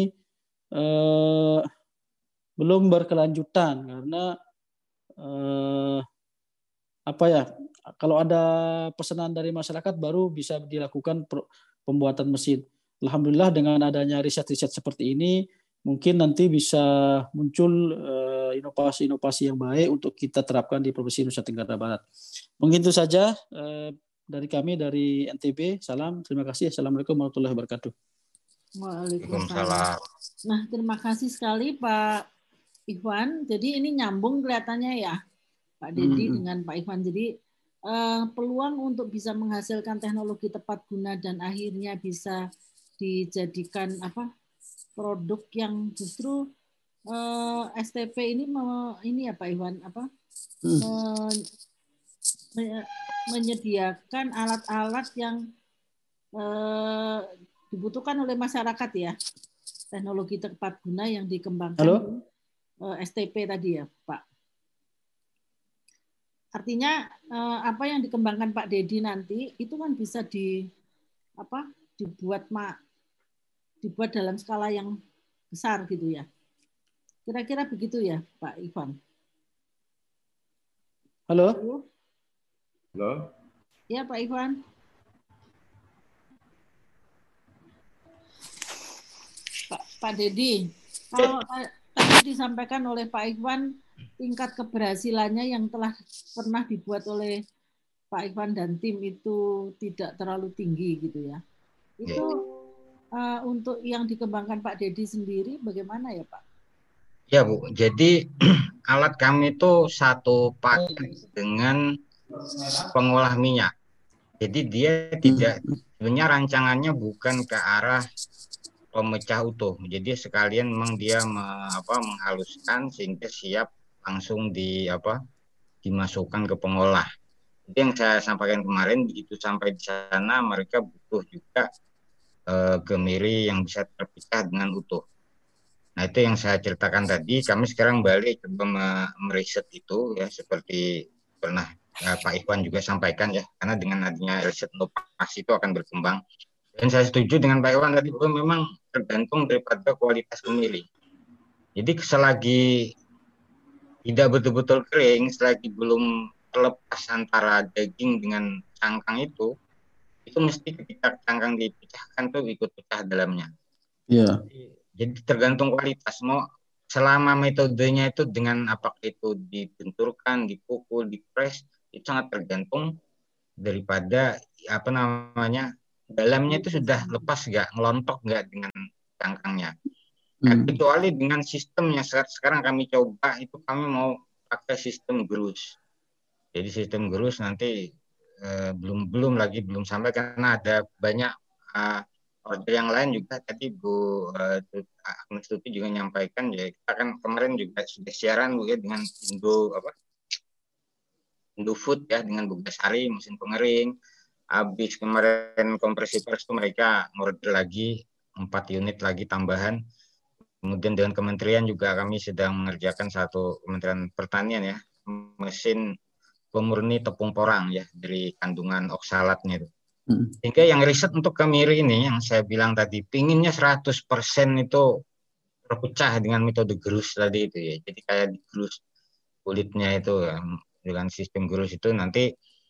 belum berkelanjutan karena kalau ada pesanan dari masyarakat baru bisa dilakukan pembuatan mesin. Alhamdulillah dengan adanya riset-riset seperti ini mungkin nanti bisa muncul inovasi-inovasi yang baik untuk kita terapkan di Provinsi Nusa Tenggara Barat. Mungkin itu saja dari kami dari NTB. Salam, terima kasih. Assalamualaikum warahmatullahi wabarakatuh. Waalaikumsalam. Nah, terima kasih sekali Pak Ikhwan. Jadi ini nyambung kelihatannya ya Pak Dedi dengan Pak Ikhwan. Jadi peluang untuk bisa menghasilkan teknologi tepat guna dan akhirnya bisa dijadikan produk yang justru STP ini ya Pak Ikhwan menyediakan alat-alat yang dibutuhkan oleh masyarakat ya, teknologi tepat guna yang dikembangkan STP tadi ya Pak. Artinya apa yang dikembangkan Pak Dedi nanti itu kan bisa dibuat dalam skala yang besar gitu ya. Kira-kira begitu ya Pak Ivan. Halo. Halo. Ya Pak Ivan. Pak Dedi, kalau tadi disampaikan oleh Pak Ikhwan tingkat keberhasilannya yang telah pernah dibuat oleh Pak Ikhwan dan tim itu tidak terlalu tinggi gitu ya. Itu untuk yang dikembangkan Pak Dedi sendiri bagaimana ya Pak? Ya Bu, jadi alat kami itu satu paket dengan pengolah minyak. Jadi dia tidak, sebenarnya rancangannya bukan ke arah pemecah utuh. Jadi sekalian memang dia menghaluskan sehingga siap langsung dimasukkan ke pengolah. Itu yang saya sampaikan kemarin, begitu sampai di sana mereka butuh juga kemiri yang bisa terpisah dengan utuh. Nah, itu yang saya ceritakan tadi. Kami sekarang balik coba meriset itu ya, seperti pernah Pak Ikhwan juga sampaikan ya, karena dengan adanya riset inovasi itu akan berkembang. Dan saya setuju dengan Pak Ikhwan tadi bahwa memang tergantung daripada kualitas pemilih. Jadi selagi tidak betul-betul kering, selagi belum terlepas antara daging dengan cangkang itu mesti ketika cangkang dipecahkan tuh ikut pecah dalamnya. Iya. Jadi tergantung kualitas. Mau selama metodenya itu dengan apakah itu dibenturkan, dipukul, dipres, itu sangat tergantung daripada dalamnya itu sudah lepas nggak, ngelontok nggak dengan cangkangnya. Nah, kecuali dengan sistem yang sekarang kami coba itu kami mau pakai sistem gerus. Jadi sistem gerus nanti belum sampai karena ada banyak order yang lain juga. Tadi Bu Agnes Tuti juga menyampaikan ya, kita kan kemarin juga sudah siaran Bu ya dengan Indofood ya, dengan Bu Gasari mesin pengering. Habis kemarin kompresi pers itu mereka ngorder lagi 4 unit lagi tambahan. Kemudian dengan kementerian juga kami sedang mengerjakan satu Kementerian Pertanian ya, mesin pemurni tepung porang ya dari kandungan oksalatnya itu. Sehingga yang riset untuk kemiri ini yang saya bilang tadi, pinginnya 100% itu terpecah dengan metode gerus tadi itu ya. Jadi kayak digerus kulitnya itu ya, dengan sistem gerus itu nanti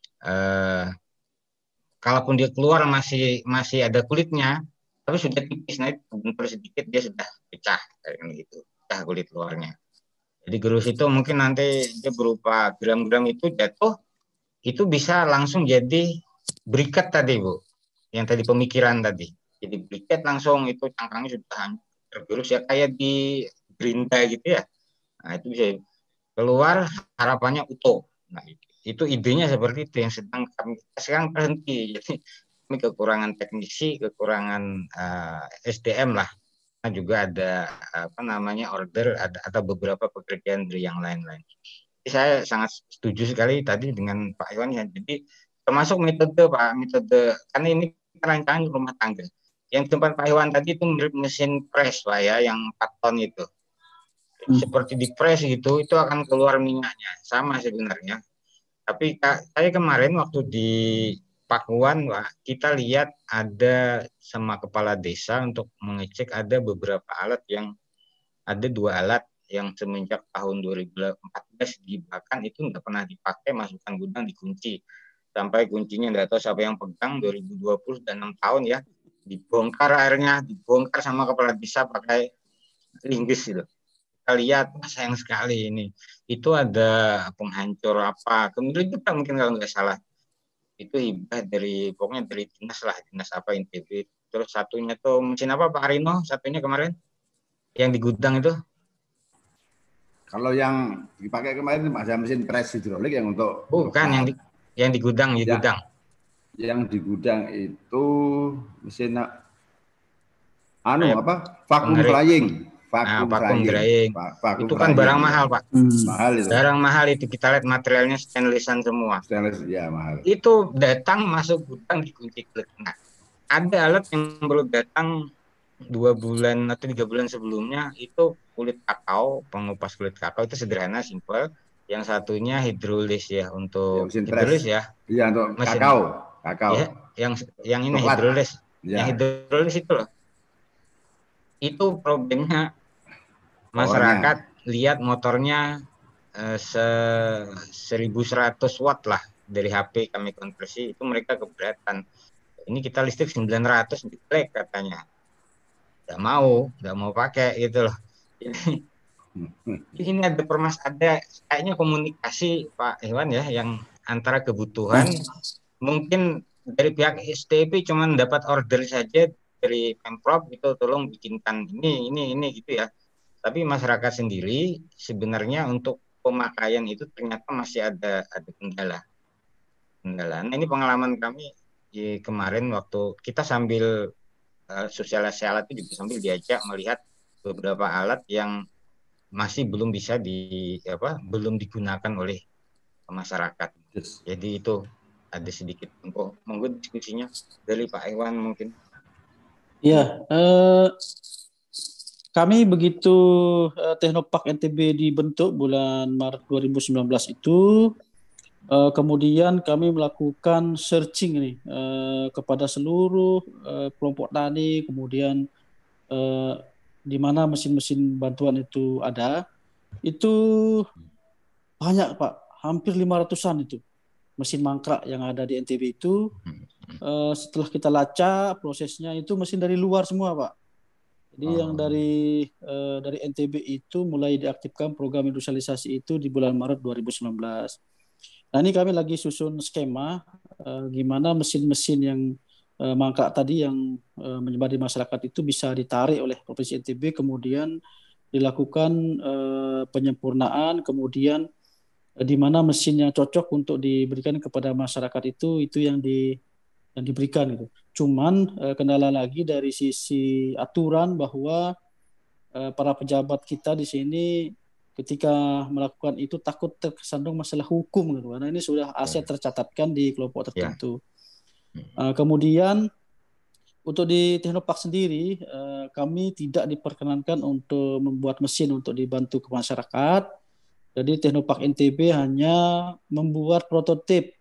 kalaupun dia keluar masih ada kulitnya, tapi sudah tipis, nah bentur sedikit dia sudah pecah kayak gitu, pecah kulit luarnya. Jadi gerus itu mungkin nanti dia berupa gram-gram itu jatuh, itu bisa langsung jadi briket tadi Bu, yang tadi pemikiran tadi. Jadi briket langsung itu cangkangnya sudah tergerus ya kayak di gerinda gitu ya. Nah itu bisa keluar harapannya utuh. Nah itu itu idenya seperti itu yang sedang kami sekarang berhenti. Jadi kami kekurangan teknisi, kekurangan SDM lah. Nah, juga ada order, ada beberapa pekerjaan dari yang lain-lain. Jadi saya sangat setuju sekali tadi dengan Pak Iwan ya. Jadi termasuk metode karena ini rancangan rumah tangga. Yang di tempat Pak Iwan tadi itu mirip mesin press Pak ya, yang 4 ton itu. Seperti di press gitu, itu akan keluar minyaknya. Sama sebenarnya. Tapi saya kemarin waktu di Pakuan, Pak, kita lihat ada sama kepala desa untuk mengecek ada beberapa alat ada 2 alat yang semenjak tahun 2014 dibakar itu nggak pernah dipakai, masukkan gudang dikunci. Sampai kuncinya nggak tahu siapa yang pegang, 2020 dan 6 tahun ya. Dibongkar airnya, dibongkar sama kepala desa pakai linggis gitu. Kita lihat, sayang sekali ini. Itu ada penghancur apa, kemudian juga mungkin kalau nggak salah. Itu hibah pokoknya dari dinas lah, dinas apa NTB. Terus satunya tuh mesin apa Pak Arino, satunya kemarin yang di gudang itu? Kalau yang dipakai kemarin ada mesin press hidrolik yang untuk bukan yang di gudang, gudang. Yang di gudang itu mesin vacuum drying. Vacuum drying. Itu kan barang mahal, Pak. Mahal itu. Barang mahal itu, kita lihat materialnya stainlessan semua. Stainless ya mahal. Itu datang masuk gudang dikunci klik. Nah, ada alat yang baru datang 2 bulan atau 3 bulan sebelumnya, itu kulit kakao, pengupas kulit kakao itu sederhana, simpel. Yang satunya hidrolis ya, untuk ya, hidrolis ya. Iya, untuk mesin kakao. Ya, yang ini hidrolis. Ya. Yang hidrolis itu loh. Itu problemnya masyarakat lihat motornya 1100 watt lah, dari HP kami konversi, itu mereka keberatan. Ini kita listrik 900 diplek katanya. Nggak mau pakai gitu loh. Ini ada kayaknya komunikasi Pak Iwan ya, yang antara kebutuhan mungkin dari pihak STP cuma dapat order saja dari Pemprov gitu, tolong bikinkan ini gitu ya. Tapi masyarakat sendiri sebenarnya untuk pemakaian itu ternyata masih ada kendala. Nah, ini pengalaman kami kemarin waktu kita sambil sosialisasi alat itu juga sambil diajak melihat beberapa alat yang masih belum bisa belum digunakan oleh masyarakat. Yes. Jadi itu ada sedikit monggo diskusinya dari Pak Iwan mungkin. Ya, kami begitu Teknopark NTB dibentuk bulan Maret 2019 itu, kemudian kami melakukan searching nih kepada seluruh kelompok tani, kemudian di mana mesin-mesin bantuan itu ada, itu banyak Pak, hampir 500-an itu mesin mangkrak yang ada di NTB itu. Setelah kita lacak prosesnya, itu mesin dari luar semua Pak. Jadi yang dari NTB itu mulai diaktifkan program industrialisasi itu di bulan Maret 2019. Nah, ini kami lagi susun skema gimana mesin-mesin yang mangkrak tadi yang menyebar di masyarakat itu bisa ditarik oleh Provinsi NTB, kemudian dilakukan penyempurnaan, kemudian di mana mesin yang cocok untuk diberikan kepada masyarakat itu yang diberikan gitu. Cuman kendala lagi dari sisi aturan bahwa para pejabat kita di sini ketika melakukan itu takut tersandung masalah hukum gitu. Karena ini sudah aset tercatatkan di kelompok tertentu. Kemudian untuk di Teknopark sendiri kami tidak diperkenankan untuk membuat mesin untuk dibantu ke masyarakat. Jadi Teknopark NTB hanya membuat prototip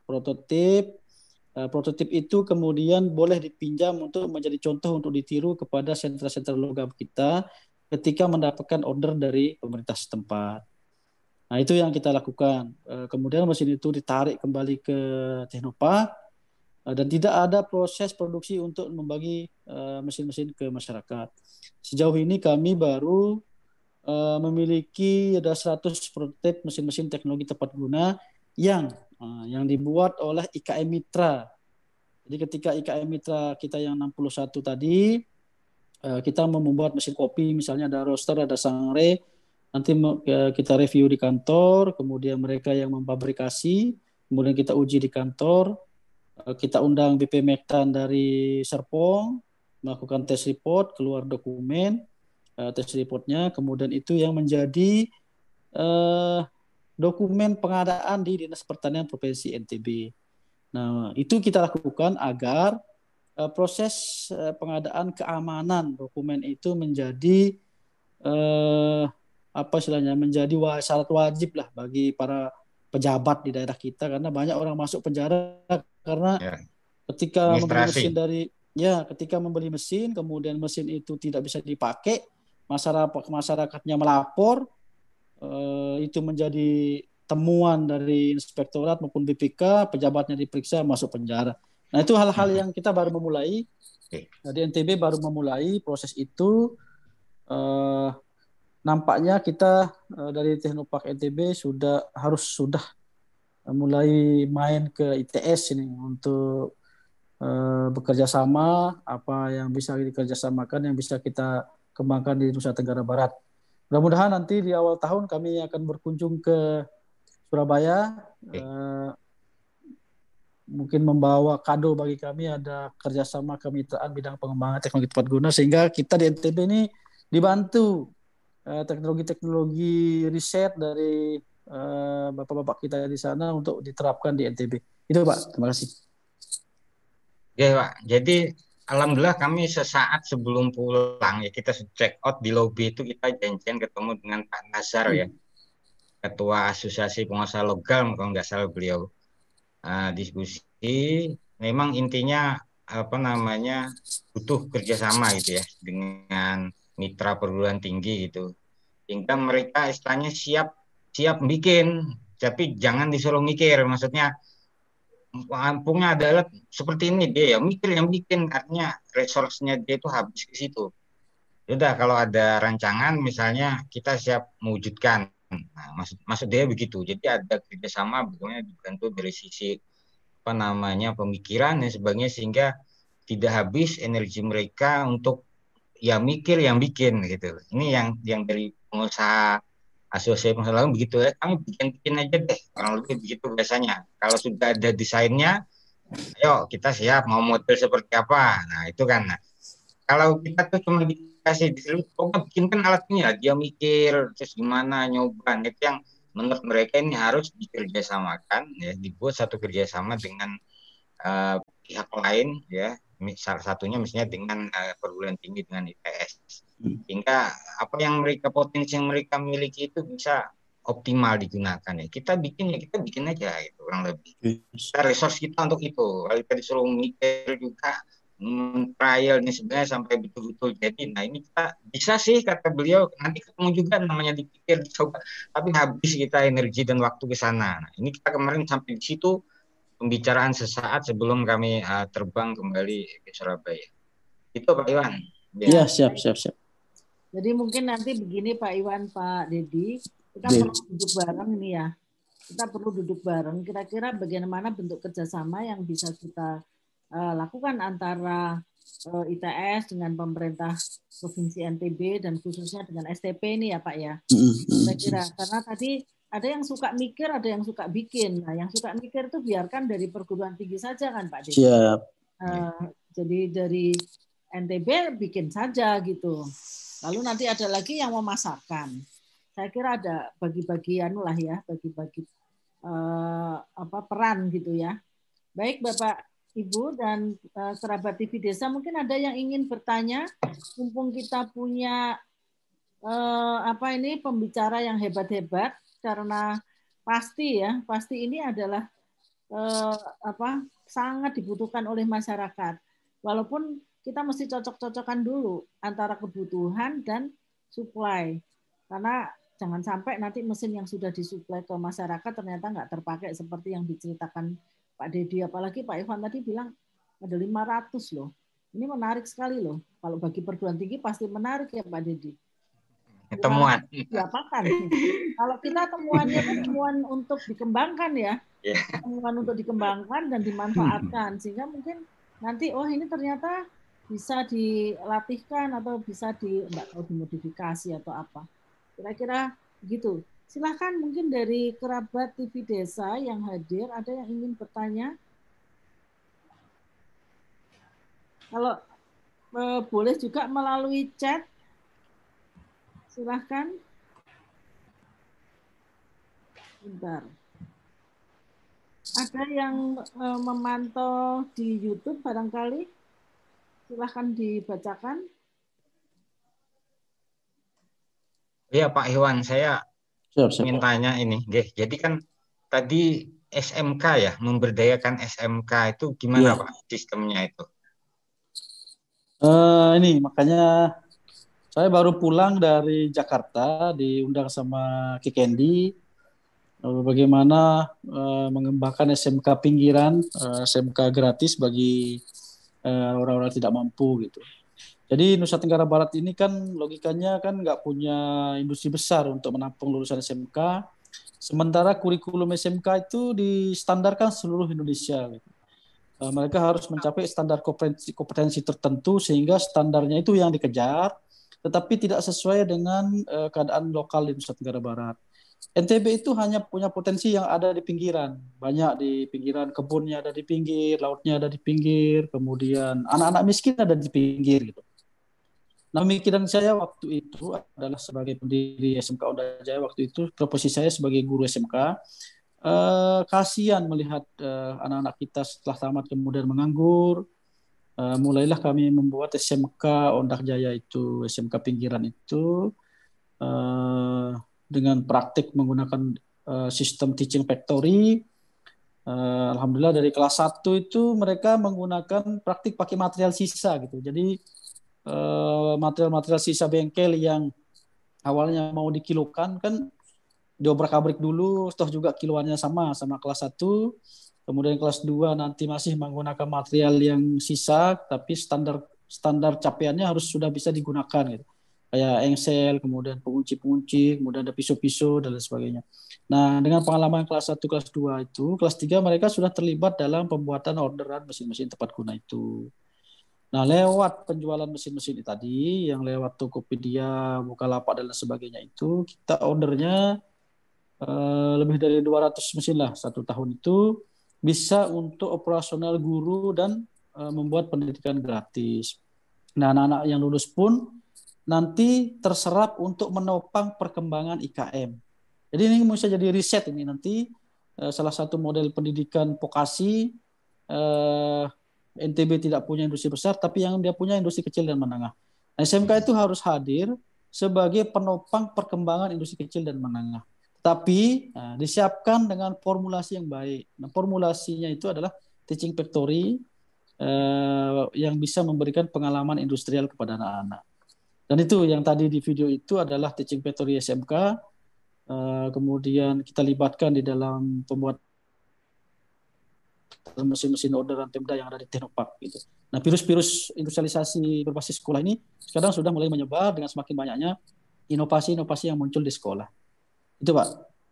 itu kemudian boleh dipinjam untuk menjadi contoh untuk ditiru kepada sentra-sentra logam kita ketika mendapatkan order dari pemerintah setempat. Nah, itu yang kita lakukan. Kemudian mesin itu ditarik kembali ke Teknopark dan tidak ada proses produksi untuk membagi mesin-mesin ke masyarakat. Sejauh ini kami baru memiliki ada 100 prototip mesin-mesin teknologi tepat guna yang dibuat oleh IKM Mitra. Jadi ketika IKM Mitra kita yang 61 tadi, kita mau membuat mesin kopi, misalnya ada roaster, ada sangre, nanti kita review di kantor, kemudian mereka yang memfabrikasi, kemudian kita uji di kantor, kita undang BP Mektan dari Serpong, melakukan tes report, keluar dokumen, tes reportnya, kemudian itu yang menjadi dokumen pengadaan di Dinas Pertanian Provinsi NTB. Nah, itu kita lakukan agar proses pengadaan keamanan dokumen itu menjadi apa istilahnya, menjadi syarat wajib lah bagi para pejabat di daerah kita, karena banyak orang masuk penjara karena ketika membeli mesin ketika membeli mesin, kemudian mesin itu tidak bisa dipakai, masyarakatnya melapor, itu menjadi temuan dari inspektorat maupun BPK, pejabatnya diperiksa, masuk penjara. Nah, itu hal-hal yang kita baru memulai. Di NTB baru memulai proses itu. Nampaknya kita dari Teknopark NTB sudah mulai main ke ITS ini untuk bekerja sama, apa yang bisa dikerjasamakan, yang bisa kita kembangkan di Nusa Tenggara Barat. Mudah-mudahan nanti di awal tahun kami akan berkunjung ke Surabaya, mungkin membawa kado bagi kami, ada kerjasama kemitraan bidang pengembangan teknologi tepat guna, sehingga kita di NTB ini dibantu teknologi-teknologi riset dari bapak-bapak kita di sana untuk diterapkan di NTB. Itu Pak, terima kasih. Ya Pak, jadi alhamdulillah kami sesaat sebelum pulang ya, kita check out di lobi itu, kita janjian ketemu dengan Pak Nazar ya, Ketua Asosiasi Pengusaha Logam kalau nggak salah beliau. Diskusi, memang intinya butuh kerjasama gitu ya dengan mitra perguruan tinggi gitu, sehingga mereka istilahnya siap bikin, tapi jangan disuruh mikir. Maksudnya kampungnya adalah seperti ini, dia ya mikir yang bikin, artinya resource-nya dia itu habis ke situ. Udah, kalau ada rancangan misalnya kita siap mewujudkan. Nah, maksud dia begitu. Jadi ada kerjasama, bagaimana dibantu dari sisi pemikiran dan sebagainya, sehingga tidak habis energi mereka untuk ya mikir yang bikin gitu. Ini yang dari pengusaha, asosiasi pengusaha lain begitu ya, kami bikin aja deh, kurang lebih begitu biasanya. Kalau sudah ada desainnya, ayo kita siap mau model seperti apa. Nah itu kan. Nah, kalau kita tuh cuma dikasih coba bikinkan alat ini ya, dia mikir terus gimana nyoba. Itu yang menurut mereka ini harus dikerjasamakan ya, dibuat satu kerjasama dengan pihak lain ya, salah satunya misalnya dengan perguruan tinggi, dengan ITS, sehingga apa yang potensi yang mereka miliki itu bisa optimal digunakan ya. Kita bikin aja gitu, kurang lebih. Kita resource kita untuk itu. Kalau kita disuruh mikir juga, trial ini sebenarnya sampai betul-betul jadi. Nah ini kita bisa sih, kata beliau, nanti ketemu juga namanya dipikir, dicoba, tapi habis kita energi dan waktu ke sana. Nah ini kita kemarin sampai di situ, pembicaraan sesaat sebelum kami terbang kembali ke Surabaya. Itu Pak Iwan. Ya, siap. Jadi mungkin nanti begini Pak Iwan, Pak Dedi, kita perlu duduk bareng ini ya. Kita perlu duduk bareng, kira-kira bagaimana bentuk kerjasama yang bisa kita lakukan antara ITS dengan pemerintah Provinsi NTB dan khususnya dengan STP ini ya Pak ya. Kira-kira, karena tadi ada yang suka mikir, ada yang suka bikin. Nah, yang suka mikir itu biarkan dari perguruan tinggi saja kan Pak Dedi. Siap. Jadi dari NTB bikin saja gitu. Lalu nanti ada lagi yang memasarkan. Saya kira ada bagi-bagi bagi-bagi peran gitu ya. Baik Bapak, Ibu dan kerabat TV Desa, mungkin ada yang ingin bertanya, mumpung kita punya pembicara yang hebat-hebat, karena pasti ini adalah sangat dibutuhkan oleh masyarakat. Walaupun kita mesti cocok-cocokan dulu antara kebutuhan dan supply. Karena jangan sampai nanti mesin yang sudah disuplai ke masyarakat ternyata nggak terpakai seperti yang diceritakan Pak Dedi. Apalagi Pak Ivan tadi bilang ada 500 loh. Ini menarik sekali loh. Kalau bagi perguruan tinggi pasti menarik ya Pak Dedi. Temuan. Diapakan? Kalau kita temuan untuk dikembangkan ya. Temuan untuk dikembangkan dan dimanfaatkan. Sehingga mungkin nanti ini ternyata bisa dilatihkan atau bisa dimodifikasi atau apa. Kira-kira gitu. Silakan mungkin dari kerabat TV Desa yang hadir, ada yang ingin bertanya? Kalau boleh juga melalui chat, silahkan. Bentar. Ada yang memantau di YouTube barangkali? Silahkan dibacakan. Iya Pak Iwan, saya ingin tanya ini. Jadi kan tadi SMK ya, memberdayakan SMK itu gimana Pak sistemnya itu? Ini makanya saya baru pulang dari Jakarta, diundang sama Ki Kendi, bagaimana mengembangkan SMK pinggiran, SMK gratis bagi orang-orang tidak mampu gitu. Jadi Nusa Tenggara Barat ini kan logikanya kan nggak punya industri besar untuk menampung lulusan SMK, sementara kurikulum SMK itu distandarkan seluruh Indonesia. Gitu. Mereka harus mencapai standar kompetensi tertentu sehingga standarnya itu yang dikejar, tetapi tidak sesuai dengan keadaan lokal di Nusa Tenggara Barat. NTB itu hanya punya potensi yang ada di pinggiran, banyak di pinggiran, kebunnya ada di pinggir, lautnya ada di pinggir, kemudian anak-anak miskin ada di pinggir gitu. Nah, pemikiran saya waktu itu adalah sebagai pendiri SMK Onda Jaya waktu itu, proposisi saya sebagai guru SMK, kasihan melihat anak-anak kita setelah tamat kemudian menganggur. Mulailah kami membuat SMK Ondak Jaya itu, SMK pinggiran itu, dengan praktik menggunakan sistem teaching factory. Alhamdulillah dari kelas 1 itu mereka menggunakan praktik pakai material sisa gitu. Jadi material-material sisa bengkel yang awalnya mau dikilokan kan diobrak-abrik dulu, toh juga kiloannya sama kelas 1. Kemudian kelas 2 nanti masih menggunakan material yang sisa, tapi standar capaiannya harus sudah bisa digunakan gitu. Kayak engsel, kemudian pengunci-pengunci, kemudian ada pisau-pisau dan lain sebagainya. Nah, dengan pengalaman kelas 1, kelas 2 itu, kelas 3 mereka sudah terlibat dalam pembuatan orderan mesin-mesin tepat guna itu. Nah, lewat penjualan mesin-mesin tadi, yang lewat Tokopedia, Bukalapak, dan lain sebagainya itu, kita ordernya lebih dari 200 mesin lah satu tahun itu, bisa untuk operasional guru dan membuat pendidikan gratis. Nah, anak-anak yang lulus pun nanti terserap untuk menopang perkembangan IKM. Jadi ini bisa jadi riset ini nanti, salah satu model pendidikan vokasi, NTB tidak punya industri besar, tapi yang dia punya industri kecil dan menengah. Nah, SMK itu harus hadir sebagai penopang perkembangan industri kecil dan menengah. Tapi disiapkan dengan formulasi yang baik. Nah, formulasinya itu adalah teaching factory yang bisa memberikan pengalaman industrial kepada anak-anak. Dan itu yang tadi di video itu adalah teaching factory SMK. Kemudian kita libatkan di dalam pembuatan mesin-mesin orderan Pemda yang ada di Teknopark gitu. Nah, virus-virus industrialisasi berbasis sekolah ini sekarang sudah mulai menyebar dengan semakin banyaknya inovasi-inovasi yang muncul di sekolah. Itu, Pak.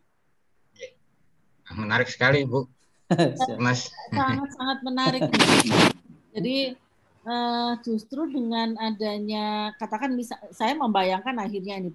Menarik sekali, Bu. Mas. Sangat-sangat menarik. Jadi justru dengan adanya, katakan saya membayangkan akhirnya ini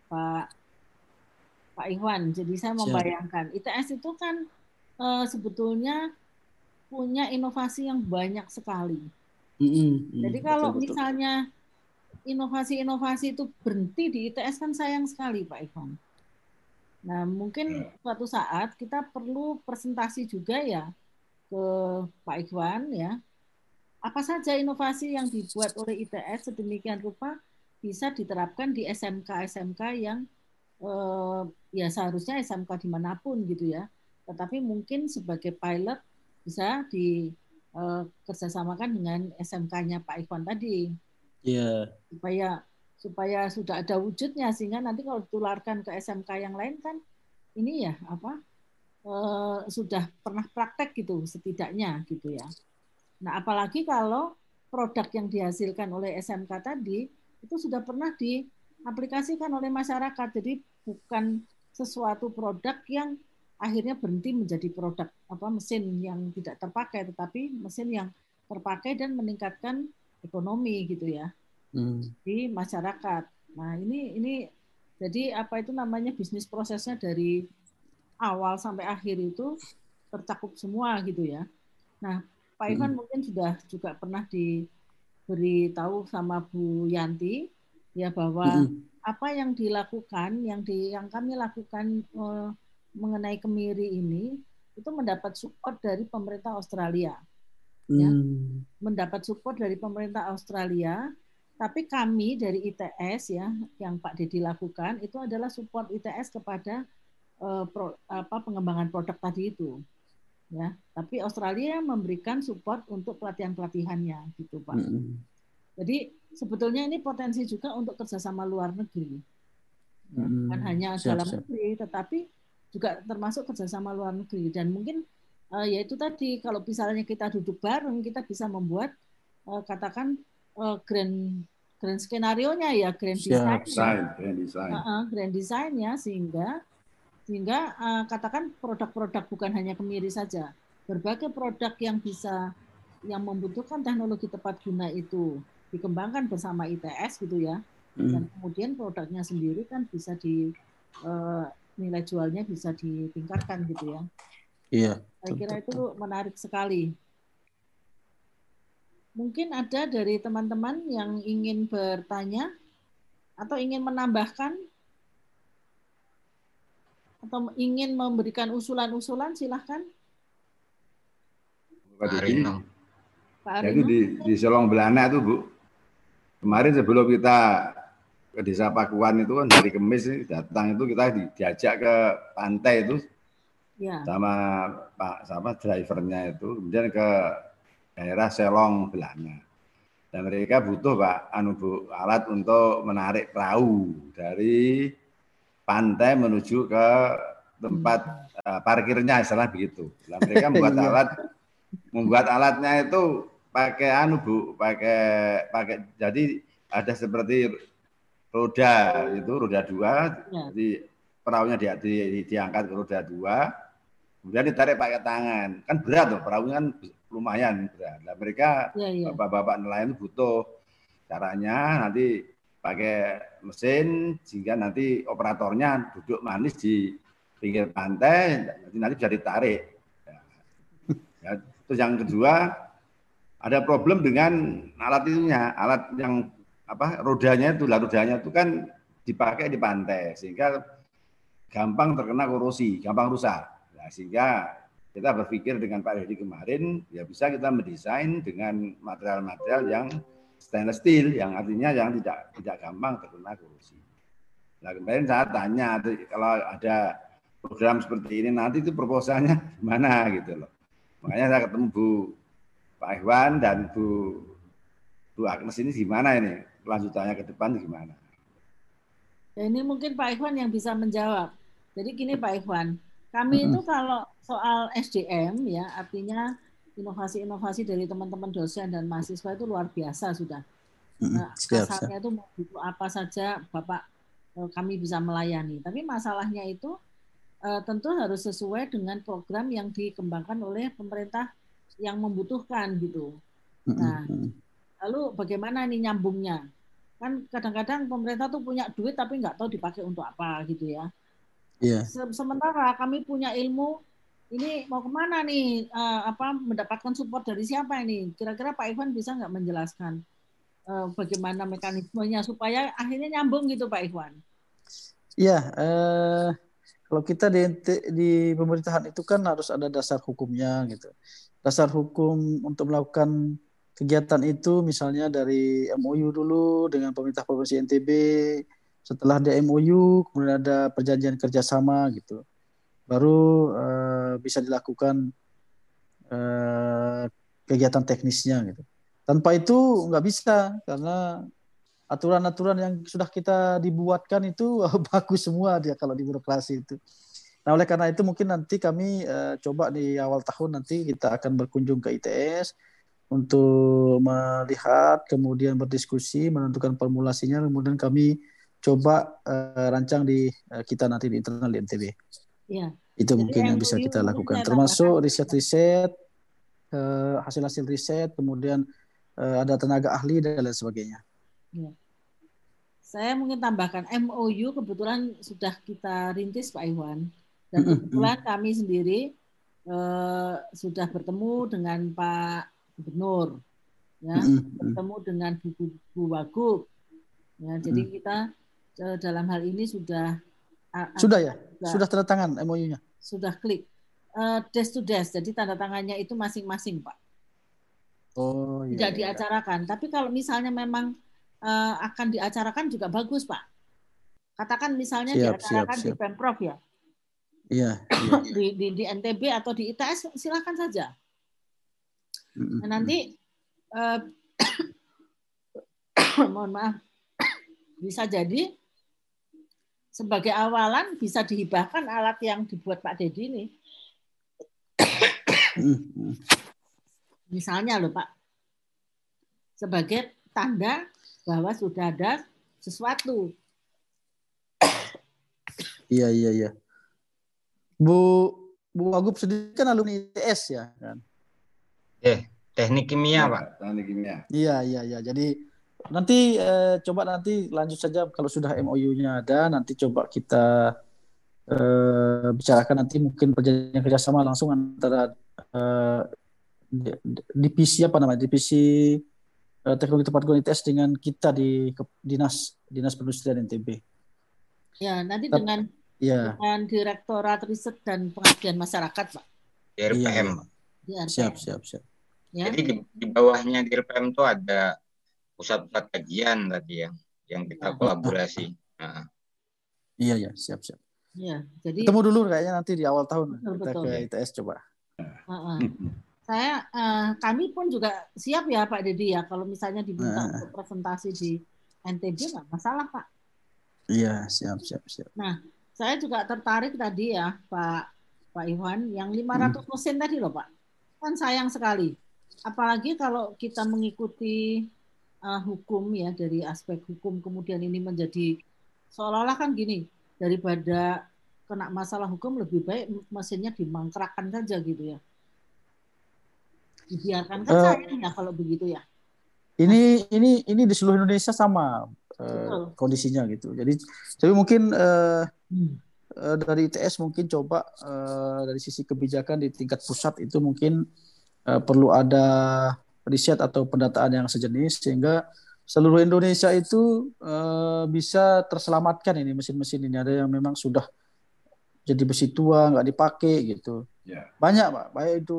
Pak Iwan. Jadi saya membayangkan ITS itu kan sebetulnya punya inovasi yang banyak sekali. Jadi kalau misalnya inovasi-inovasi itu berhenti di ITS kan sayang sekali, Pak Iwan. Nah, mungkin suatu saat kita perlu presentasi juga ya ke Pak Iwan ya. Apa saja inovasi yang dibuat oleh ITS sedemikian rupa bisa diterapkan di SMK-SMK yang ya seharusnya SMK dimanapun gitu ya. Tetapi mungkin sebagai pilot bisa dikerjasamakan dengan SMK-nya Pak Iwan tadi. Iya. Supaya sudah ada wujudnya sehingga nanti kalau ditularkan ke SMK yang lain kan ini ya sudah pernah praktek gitu setidaknya gitu ya. Nah, apalagi kalau produk yang dihasilkan oleh SMK tadi itu sudah pernah diaplikasikan oleh masyarakat. Jadi bukan sesuatu produk yang akhirnya berhenti menjadi produk mesin yang tidak terpakai, tetapi mesin yang terpakai dan meningkatkan ekonomi gitu ya di masyarakat. Nah, ini Jadi apa itu namanya bisnis prosesnya dari awal sampai akhir itu tercakup semua gitu ya. Nah, Pak Ivan mungkin sudah juga pernah diberi tahu sama Bu Yanti ya bahwa apa yang dilakukan, yang kami lakukan mengenai kemiri ini itu mendapat support dari pemerintah Australia, ya, mendapat support dari pemerintah Australia. Tapi kami dari ITS ya, yang Pak Dedi lakukan itu adalah support ITS kepada pengembangan produk tadi itu. Ya, tapi Australia memberikan support untuk pelatihan-pelatihannya gitu Pak. Jadi sebetulnya ini potensi juga untuk kerjasama luar negeri, ya, bukan hanya dalam negeri, tetapi juga termasuk kerjasama luar negeri. Dan mungkin yaitu tadi kalau misalnya kita duduk bareng, kita bisa membuat katakan grand skenario-nya ya, grand design ya, sehingga katakan produk-produk bukan hanya kemiri saja, berbagai produk yang membutuhkan teknologi tepat guna itu dikembangkan bersama ITS gitu ya, dan kemudian produknya sendiri kan bisa nilai jualnya bisa ditingkatkan gitu ya. Iya. Saya kira itu menarik sekali. Mungkin ada dari teman-teman yang ingin bertanya atau ingin menambahkan atau ingin memberikan usulan-usulan, silahkan. Pak Rino. Jadi di Selong Belana itu Bu, kemarin sebelum kita ke Desa Pakuan itu kan hari Kamis datang itu kita diajak ke pantai itu ya, sama drivernya itu, kemudian ke daerah Selong Belana. Dan mereka butuh Bu, alat untuk menarik perahu dari pantai menuju ke tempat parkirnya, istilah begitu. Nah, mereka membuat alatnya itu pakai Bu, pakai jadi ada seperti roda 2, ya. Jadi perahunya diangkat ke roda 2, kemudian ditarik pakai tangan. Kan berat tuh, perahunya kan lumayan berat. Nah, mereka bapak-bapak nelayan itu butuh caranya nanti pakai mesin sehingga nanti operatornya duduk manis di pinggir pantai, nanti bisa ditarik. Ya, terus yang kedua ada problem dengan alat itunya, alat yang rodanya itu kan dipakai di pantai sehingga gampang terkena korosi, gampang rusak. Nah, sehingga kita berpikir dengan Pak Dedi kemarin ya bisa kita mendesain dengan material-material yang stainless steel, yang artinya yang tidak gampang terkena korosi. Nah, kemarin saya tanya kalau ada program seperti ini nanti itu proposalnya gimana gitu loh. Makanya saya ketemu Pak Iwan dan Bu Agnes ini gimana ini kelanjutannya ke depan gimana? Ya, ini mungkin Pak Iwan yang bisa menjawab. Jadi gini Pak Iwan, kami itu kalau soal SDM ya artinya inovasi-inovasi dari teman-teman dosen dan mahasiswa itu luar biasa sudah. Kasarnya itu mau butuh apa saja Bapak kami bisa melayani. Tapi masalahnya itu tentu harus sesuai dengan program yang dikembangkan oleh pemerintah yang membutuhkan gitu. Nah, lalu bagaimana nih nyambungnya? Kan kadang-kadang pemerintah tuh punya duit tapi nggak tahu dipakai untuk apa gitu ya. Yeah. Sementara kami punya ilmu, ini mau kemana nih? Mendapatkan support dari siapa ini? Kira-kira Pak Ivan bisa nggak menjelaskan bagaimana mekanismenya supaya akhirnya nyambung gitu Pak Ivan? Iya. Kalau kita di pemerintahan itu kan harus ada dasar hukumnya gitu. Dasar hukum untuk melakukan kegiatan itu misalnya dari MOU dulu dengan pemerintah Provinsi NTB, setelah ada MOU kemudian ada perjanjian kerjasama gitu. Baru bisa dilakukan kegiatan teknisnya gitu. Tanpa itu nggak bisa karena aturan-aturan yang sudah kita dibuatkan itu bagus semua dia kalau di birokrasi itu. Nah oleh karena itu mungkin nanti kami coba di awal tahun nanti kita akan berkunjung ke ITS untuk melihat, kemudian berdiskusi, menentukan formulasinya, kemudian kami coba rancang di kita nanti di internal di NTB. Ya. Itu jadi mungkin yang bisa kita lakukan, termasuk riset-riset, hasil-hasil riset, kemudian ada tenaga ahli dan lain sebagainya. Ya. saya mungkin tambahkan MOU kebetulan sudah kita rintis Pak Iwan, dan kebetulan kami sendiri sudah bertemu dengan Pak Gubernur, ya, bertemu dengan Bu Wagub, ya, jadi kita dalam hal ini sudah ya, sudah tanda tangan MOU-nya, sudah klik desk to desk, jadi tanda tangannya itu masing-masing Pak. Oh, tidak diacarakan, tapi kalau misalnya memang akan diacarakan juga bagus Pak. Katakan misalnya diacarakan di Pemprov ya. Iya. Di NTB atau di ITS silakan saja. Nah, nanti mohon maaf, bisa jadi sebagai awalan bisa dihibahkan alat yang dibuat Pak Dedi ini. Misalnya loh Pak, sebagai tanda bahwa sudah ada sesuatu. Iya. Bu Wagub sendiri kan alumni ITS ya kan? Teknik kimia Pak. Teknik kimia. Iya. Jadi nanti coba nanti lanjut saja kalau sudah MOU-nya ada, nanti coba kita bicarakan nanti mungkin perjanjian kerjasama langsung antara divisi divisi teknologi tepat guna ITS dengan kita di dinas perindustrian NTB. Ya, nanti dengan Direktorat Riset dan Pengabdian Masyarakat, Pak. DRPM. Iya. Siap. Ya. Jadi di bawahnya DRPM itu ada pusat-pusat kajian tadi yang kita kolaborasi. Iya, siap. Iya, jadi ketemu dulu kayaknya nanti di awal tahun kita ke ITS coba. Kami pun juga siap ya Pak Dedi ya, kalau misalnya diminta untuk presentasi di NTB nggak masalah Pak. Iya, siap. Nah, saya juga tertarik tadi ya Pak Iwan, yang 500 mesin tadi loh Pak. Kan sayang sekali. Apalagi kalau kita mengikuti hukum ya, dari aspek hukum kemudian ini menjadi seolah-olah kan gini, daripada kena masalah hukum lebih baik mesinnya dimangkrakkan saja gitu ya. Dibiarkan kan sayang ya kalau begitu ya. Ini di seluruh Indonesia sama kondisinya gitu. Jadi tapi mungkin dari ITS mungkin coba dari sisi kebijakan di tingkat pusat itu mungkin perlu ada riset atau pendataan yang sejenis sehingga seluruh Indonesia itu bisa terselamatkan ini mesin-mesin ini. Ada yang memang sudah jadi besi tua nggak dipakai gitu. Banyak Pak, baik itu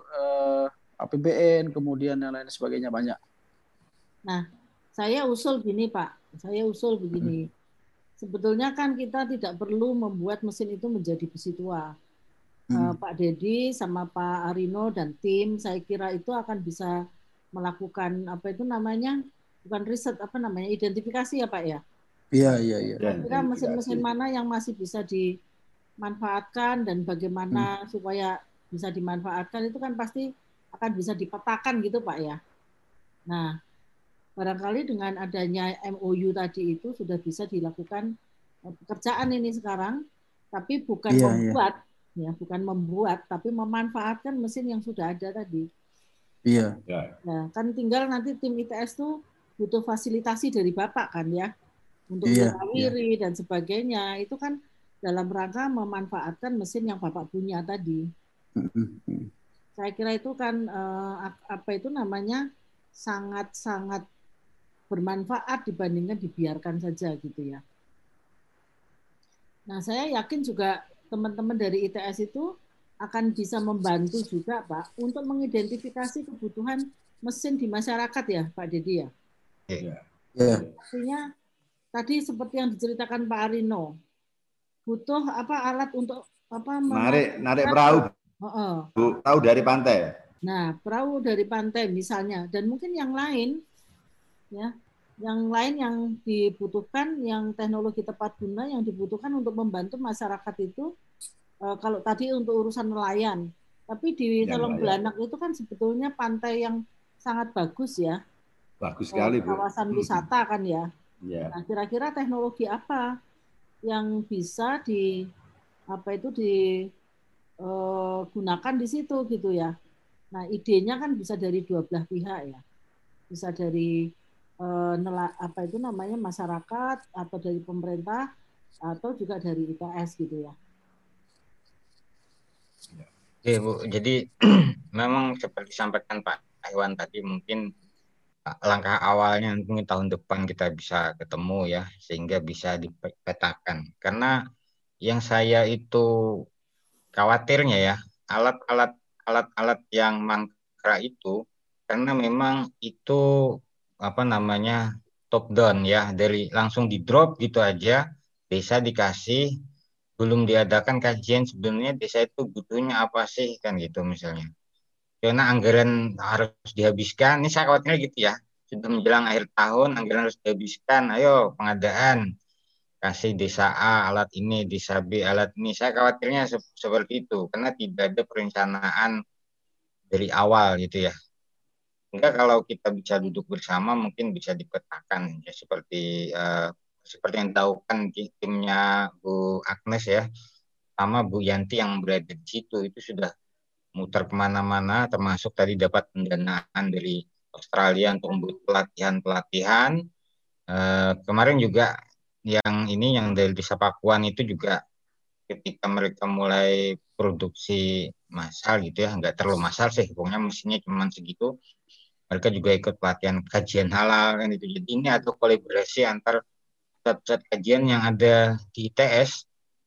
APBN kemudian yang lain sebagainya banyak. Nah, saya usul begini. Sebetulnya kan kita tidak perlu membuat mesin itu menjadi besi tua. Pak Dedi sama Pak Arino dan tim, saya kira itu akan bisa melakukan bukan riset, identifikasi ya Pak ya. Iya. Kira mesin-mesin mana yang masih bisa dimanfaatkan dan bagaimana supaya bisa dimanfaatkan itu kan pasti akan bisa dipetakan gitu Pak ya. Nah, barangkali dengan adanya MOU tadi itu sudah bisa dilakukan pekerjaan ini sekarang, tapi bukan membuat, tapi memanfaatkan mesin yang sudah ada tadi. Iya. Nah, kan tinggal nanti tim ITS tuh butuh fasilitasi dari Bapak kan ya, untuk merawiri dan sebagainya. Itu kan dalam rangka memanfaatkan mesin yang Bapak punya tadi. Saya kira itu kan sangat-sangat bermanfaat dibandingkan dibiarkan saja gitu ya. Nah, saya yakin juga teman-teman dari ITS itu akan bisa membantu juga Pak untuk mengidentifikasi kebutuhan mesin di masyarakat ya Pak Dedi ya. Artinya tadi seperti yang diceritakan Pak Arino, butuh alat untuk narik perahu. Perahu dari pantai. Nah, perahu dari pantai misalnya, dan mungkin yang lain ya, yang dibutuhkan, yang teknologi tepat guna yang dibutuhkan untuk membantu masyarakat itu. Kalau tadi untuk urusan nelayan, tapi di Selong Belanak itu kan sebetulnya pantai yang sangat bagus ya. Bagus sekali Bu. Kawasan wisata kan ya. Nah, kira-kira teknologi apa yang bisa digunakan di situ gitu ya. Nah, idenya kan bisa dari dua belah pihak ya. Bisa dari apa itu namanya masyarakat atau dari pemerintah atau juga dari ITS gitu ya. Oke Bu, jadi memang seperti sampaikan Pak Iwan tadi, mungkin langkah awalnya mungkin tahun depan kita bisa ketemu ya, sehingga bisa dipetakan. Karena yang saya itu khawatirnya ya, alat-alat yang mangkrak itu, karena memang itu apa namanya top down ya, dari langsung di drop gitu aja, desa dikasih, belum diadakan kajian sebenarnya desa itu butuhnya apa sih kan gitu misalnya. Karena anggaran harus dihabiskan, ini saya khawatirnya gitu ya, sudah menjelang akhir tahun anggaran harus dihabiskan, ayo pengadaan, kasih desa A alat ini, desa B alat ini. Saya khawatirnya seperti itu, karena tidak ada perencanaan dari awal gitu ya. Enggak, kalau kita bisa duduk bersama mungkin bisa dipetakan ya, seperti yang dilakukan timnya Bu Agnes ya, sama Bu Yanti yang berada di situ, itu sudah muter kemana-mana, termasuk tadi dapat pendanaan dari Australia untuk membuat pelatihan-pelatihan. Kemarin juga yang dari Desa Pakuan itu juga ketika mereka mulai produksi massal gitu ya, nggak terlalu massal sih, pokoknya mesinnya cuma segitu, mereka juga ikut pelatihan kajian halal kan itu. Jadi ini ada kolaborasi antar pusat-pusat kajian yang ada di ITS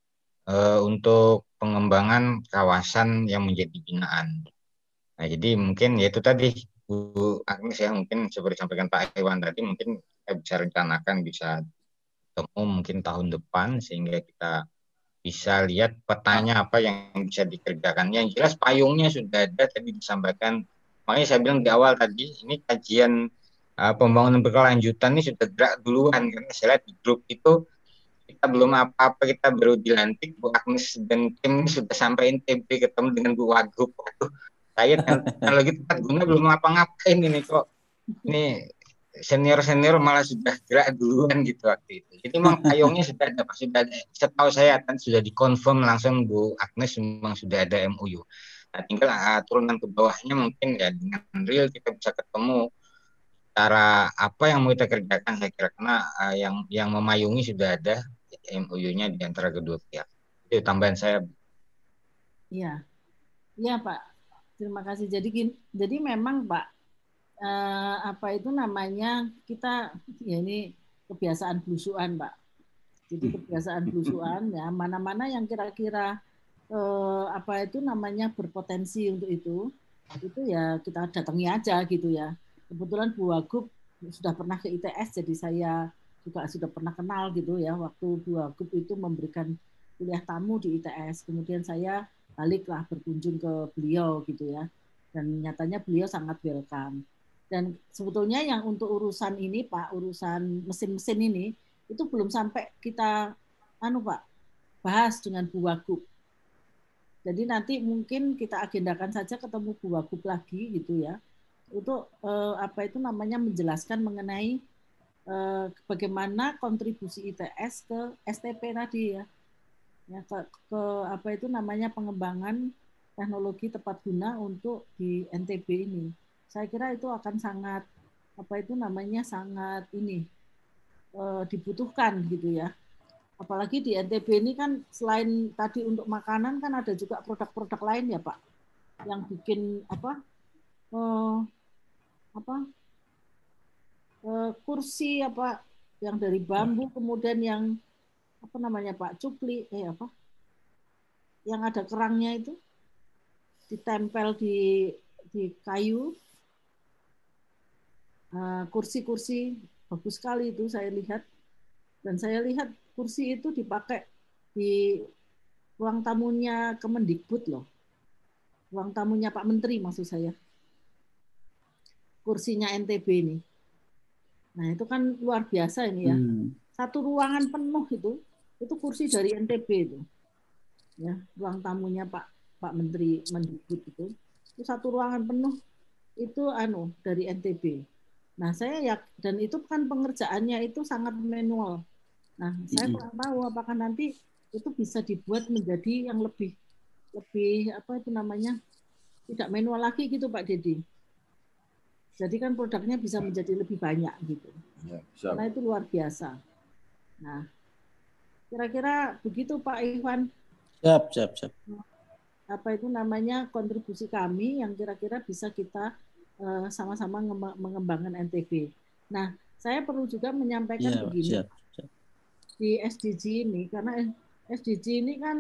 untuk pengembangan kawasan yang menjadi binaan. Nah, jadi mungkin ya itu tadi Bu Agnes ya, mungkin seperti sampaikan Pak Iwan tadi, mungkin kita bisa rencanakan bisa ketemu mungkin tahun depan sehingga kita bisa lihat petanya apa yang bisa dikerjakan. Yang jelas payungnya sudah ada tadi disampaikan. Makanya saya bilang di awal tadi, ini kajian pembangunan berkelanjutan ini sudah gerak duluan, karena saya lihat di grup itu kita belum apa-apa, kita baru dilantik, Bu Agnes dan tim ini sudah sampai NTB ketemu dengan Bu Wagub. Waduh, saya teknologi tempat guna belum ngapa-ngapain ini kok. Ini senior malah sudah gerak duluan gitu waktu itu. Jadi memang payungnya sudah ada, sudah ada. Setahu saya kan sudah dikonfirm langsung Bu Agnes, memang sudah ada MOU. Nah, tinggal turunan ke bawahnya mungkin ya dengan real kita bisa ketemu cara apa yang mau kita kerjakan, saya kira, karena yang memayungi sudah ada MOU-nya di antara kedua pihak. Itu tambahan saya. Iya, iya Pak. Terima kasih. Jadi memang Pak, apa itu namanya, kita ya ini kebiasaan blusukan Pak. Jadi kebiasaan blusukan ya, mana-mana yang kira-kira apa itu namanya berpotensi untuk itu ya kita datangi aja gitu ya. Kebetulan Bu Wagub sudah pernah ke ITS, jadi saya juga sudah pernah kenal gitu ya, waktu Bu Wagub itu memberikan kuliah tamu di ITS, kemudian saya baliklah berkunjung ke beliau gitu ya, dan nyatanya beliau sangat welcome. Dan sebetulnya yang untuk urusan ini Pak, urusan mesin-mesin ini itu belum sampai kita Pak bahas dengan Bu Wagub. Jadi nanti mungkin kita agendakan saja ketemu Bu Wagub lagi gitu ya, untuk apa itu namanya menjelaskan mengenai bagaimana kontribusi ITS ke STP tadi ya, ke apa itu namanya pengembangan teknologi tepat guna untuk di NTB ini. Saya kira itu akan sangat apa itu namanya sangat ini dibutuhkan gitu ya. Apalagi di NTB ini kan selain tadi untuk makanan kan ada juga produk-produk lain ya Pak, yang bikin kursi apa yang dari bambu, kemudian yang apa namanya Pak, cupli yang ada kerangnya itu ditempel di kayu, kursi-kursi bagus sekali itu saya lihat, dan saya lihat kursi itu dipakai di ruang tamunya Kemendikbud loh. Ruang tamunya Pak Menteri maksud saya. Kursinya NTB ini. Nah, itu kan luar biasa ini ya. Satu ruangan penuh itu kursi dari NTB itu. Ya, ruang tamunya Pak Menteri Mendikbud itu satu ruangan penuh itu dari NTB. Nah, dan itu kan pengerjaannya itu sangat manual. Nah, saya kurang tahu apakah nanti itu bisa dibuat menjadi yang lebih apa itu namanya, tidak manual lagi gitu Pak Dedi. Jadi kan produknya bisa menjadi lebih banyak gitu. Ya, karena itu luar biasa. Nah, kira-kira begitu Pak Iwan. Siap. Apa itu namanya kontribusi kami yang kira-kira bisa kita sama-sama mengembangkan NTB. Nah, saya perlu juga menyampaikan begini. Siap. Di SDG ini, karena SDG ini kan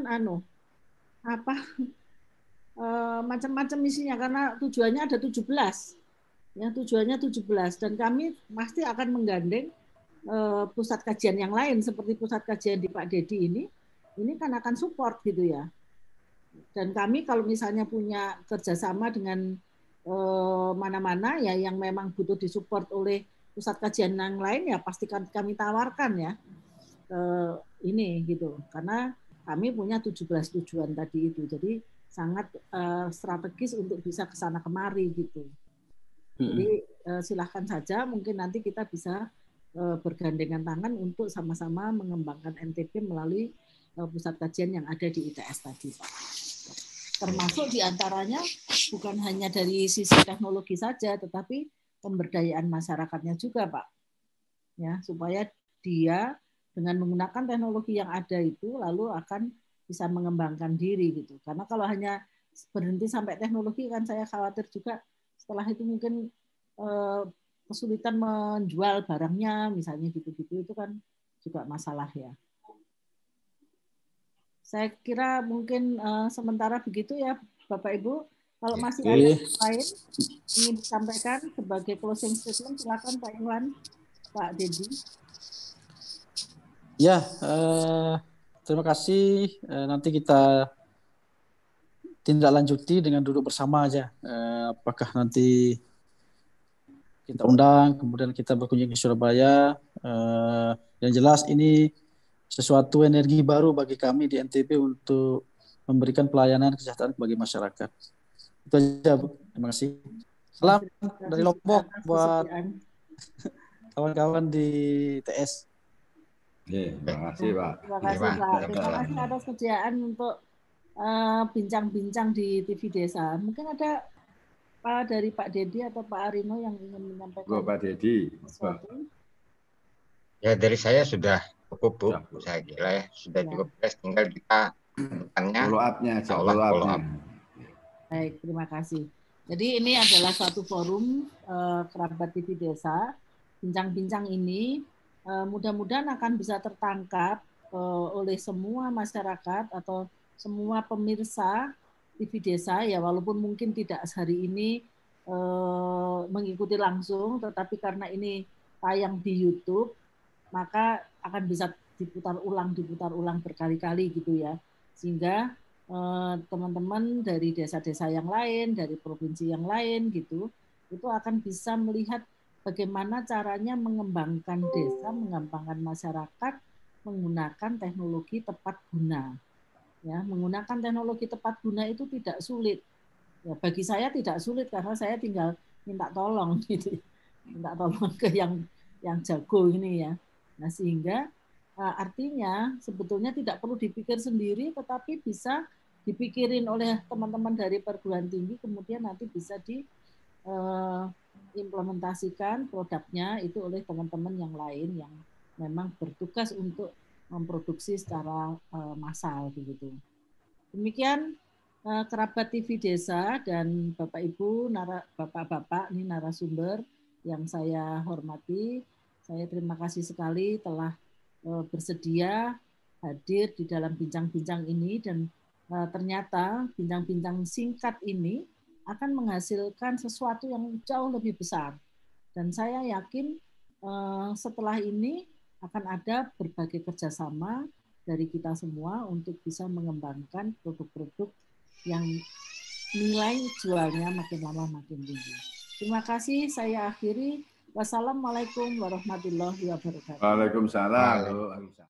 macam-macam isinya, karena tujuannya ada 17. Ya, tujuannya 17 dan kami pasti akan menggandeng pusat kajian yang lain seperti pusat kajian di Pak Dedi ini kan akan support gitu ya. Dan kami kalau misalnya punya kerjasama dengan mana-mana ya yang memang butuh disupport oleh pusat kajian yang lain ya pasti kami tawarkan ya ini gitu, karena kami punya 17 tujuan tadi itu, jadi sangat strategis untuk bisa kesana kemari gitu. Jadi silahkan saja, mungkin nanti kita bisa bergandengan tangan untuk sama-sama mengembangkan NTB melalui pusat kajian yang ada di ITS tadi, Pak. Termasuk diantaranya bukan hanya dari sisi teknologi saja, tetapi pemberdayaan masyarakatnya juga, Pak. Ya, supaya dia dengan menggunakan teknologi yang ada itu lalu akan bisa mengembangkan diri gitu. Karena kalau hanya berhenti sampai teknologi kan saya khawatir juga setelah itu mungkin kesulitan menjual barangnya misalnya gitu-gitu, itu kan juga masalah ya. Saya kira mungkin sementara begitu ya Bapak Ibu. Kalau masih ada yang lain ingin disampaikan sebagai closing statement, silakan Pak Iwan, Pak Dedi. Ya, terima kasih. Nanti kita tindak lanjuti dengan duduk bersama aja. Apakah nanti kita undang, kemudian kita berkunjung ke Surabaya. Yang jelas ini sesuatu energi baru bagi kami di NTB untuk memberikan pelayanan kesejahteraan bagi masyarakat. Itu aja, Bu. Terima kasih. Salam dari Lombok buat kawan-kawan di TS. Terima kasih, Pak. Terima kasih, Pak. Terima kasih atas kesediaan untuk bincang-bincang di TV Desa. Mungkin ada dari Pak Dedi atau Pak Arino yang ingin menyampaikan. Pak Dedi. Ya, dari saya sudah cukup, Bu. Saya kira ya sudah cukup. Tinggal kita follow up-nya. Baik, terima kasih. Jadi ini adalah satu forum kerabat TV Desa. Bincang-bincang ini mudah-mudahan akan bisa tertangkap oleh semua masyarakat atau semua pemirsa TV Desa ya, walaupun mungkin tidak hari ini mengikuti langsung, tetapi karena ini tayang di YouTube, maka akan bisa diputar ulang berkali-kali gitu ya, sehingga teman-teman dari desa-desa yang lain, dari provinsi yang lain gitu, itu akan bisa melihat bagaimana caranya mengembangkan desa, mengembangkan masyarakat menggunakan teknologi tepat guna. Ya, menggunakan teknologi tepat guna itu tidak sulit. Ya, bagi saya tidak sulit karena saya tinggal minta tolong gitu. Minta tolong ke yang jago ini ya. Nah, sehingga artinya sebetulnya tidak perlu dipikir sendiri, tetapi bisa dipikirin oleh teman-teman dari perguruan tinggi, kemudian nanti bisa diimplementasikan produknya itu oleh teman-teman yang lain yang memang bertugas untuk memproduksi secara massal begitu. Demikian kerabat TV Desa dan Bapak Ibu, Bapak-bapak ini narasumber yang saya hormati. Saya terima kasih sekali telah bersedia hadir di dalam bincang-bincang ini, dan ternyata bincang-bincang singkat ini akan menghasilkan sesuatu yang jauh lebih besar. Dan saya yakin setelah ini akan ada berbagai kerjasama dari kita semua untuk bisa mengembangkan produk-produk yang nilai jualnya makin lama makin tinggi. Terima kasih, saya akhiri. Wassalamualaikum warahmatullahi wabarakatuh. Waalaikumsalam.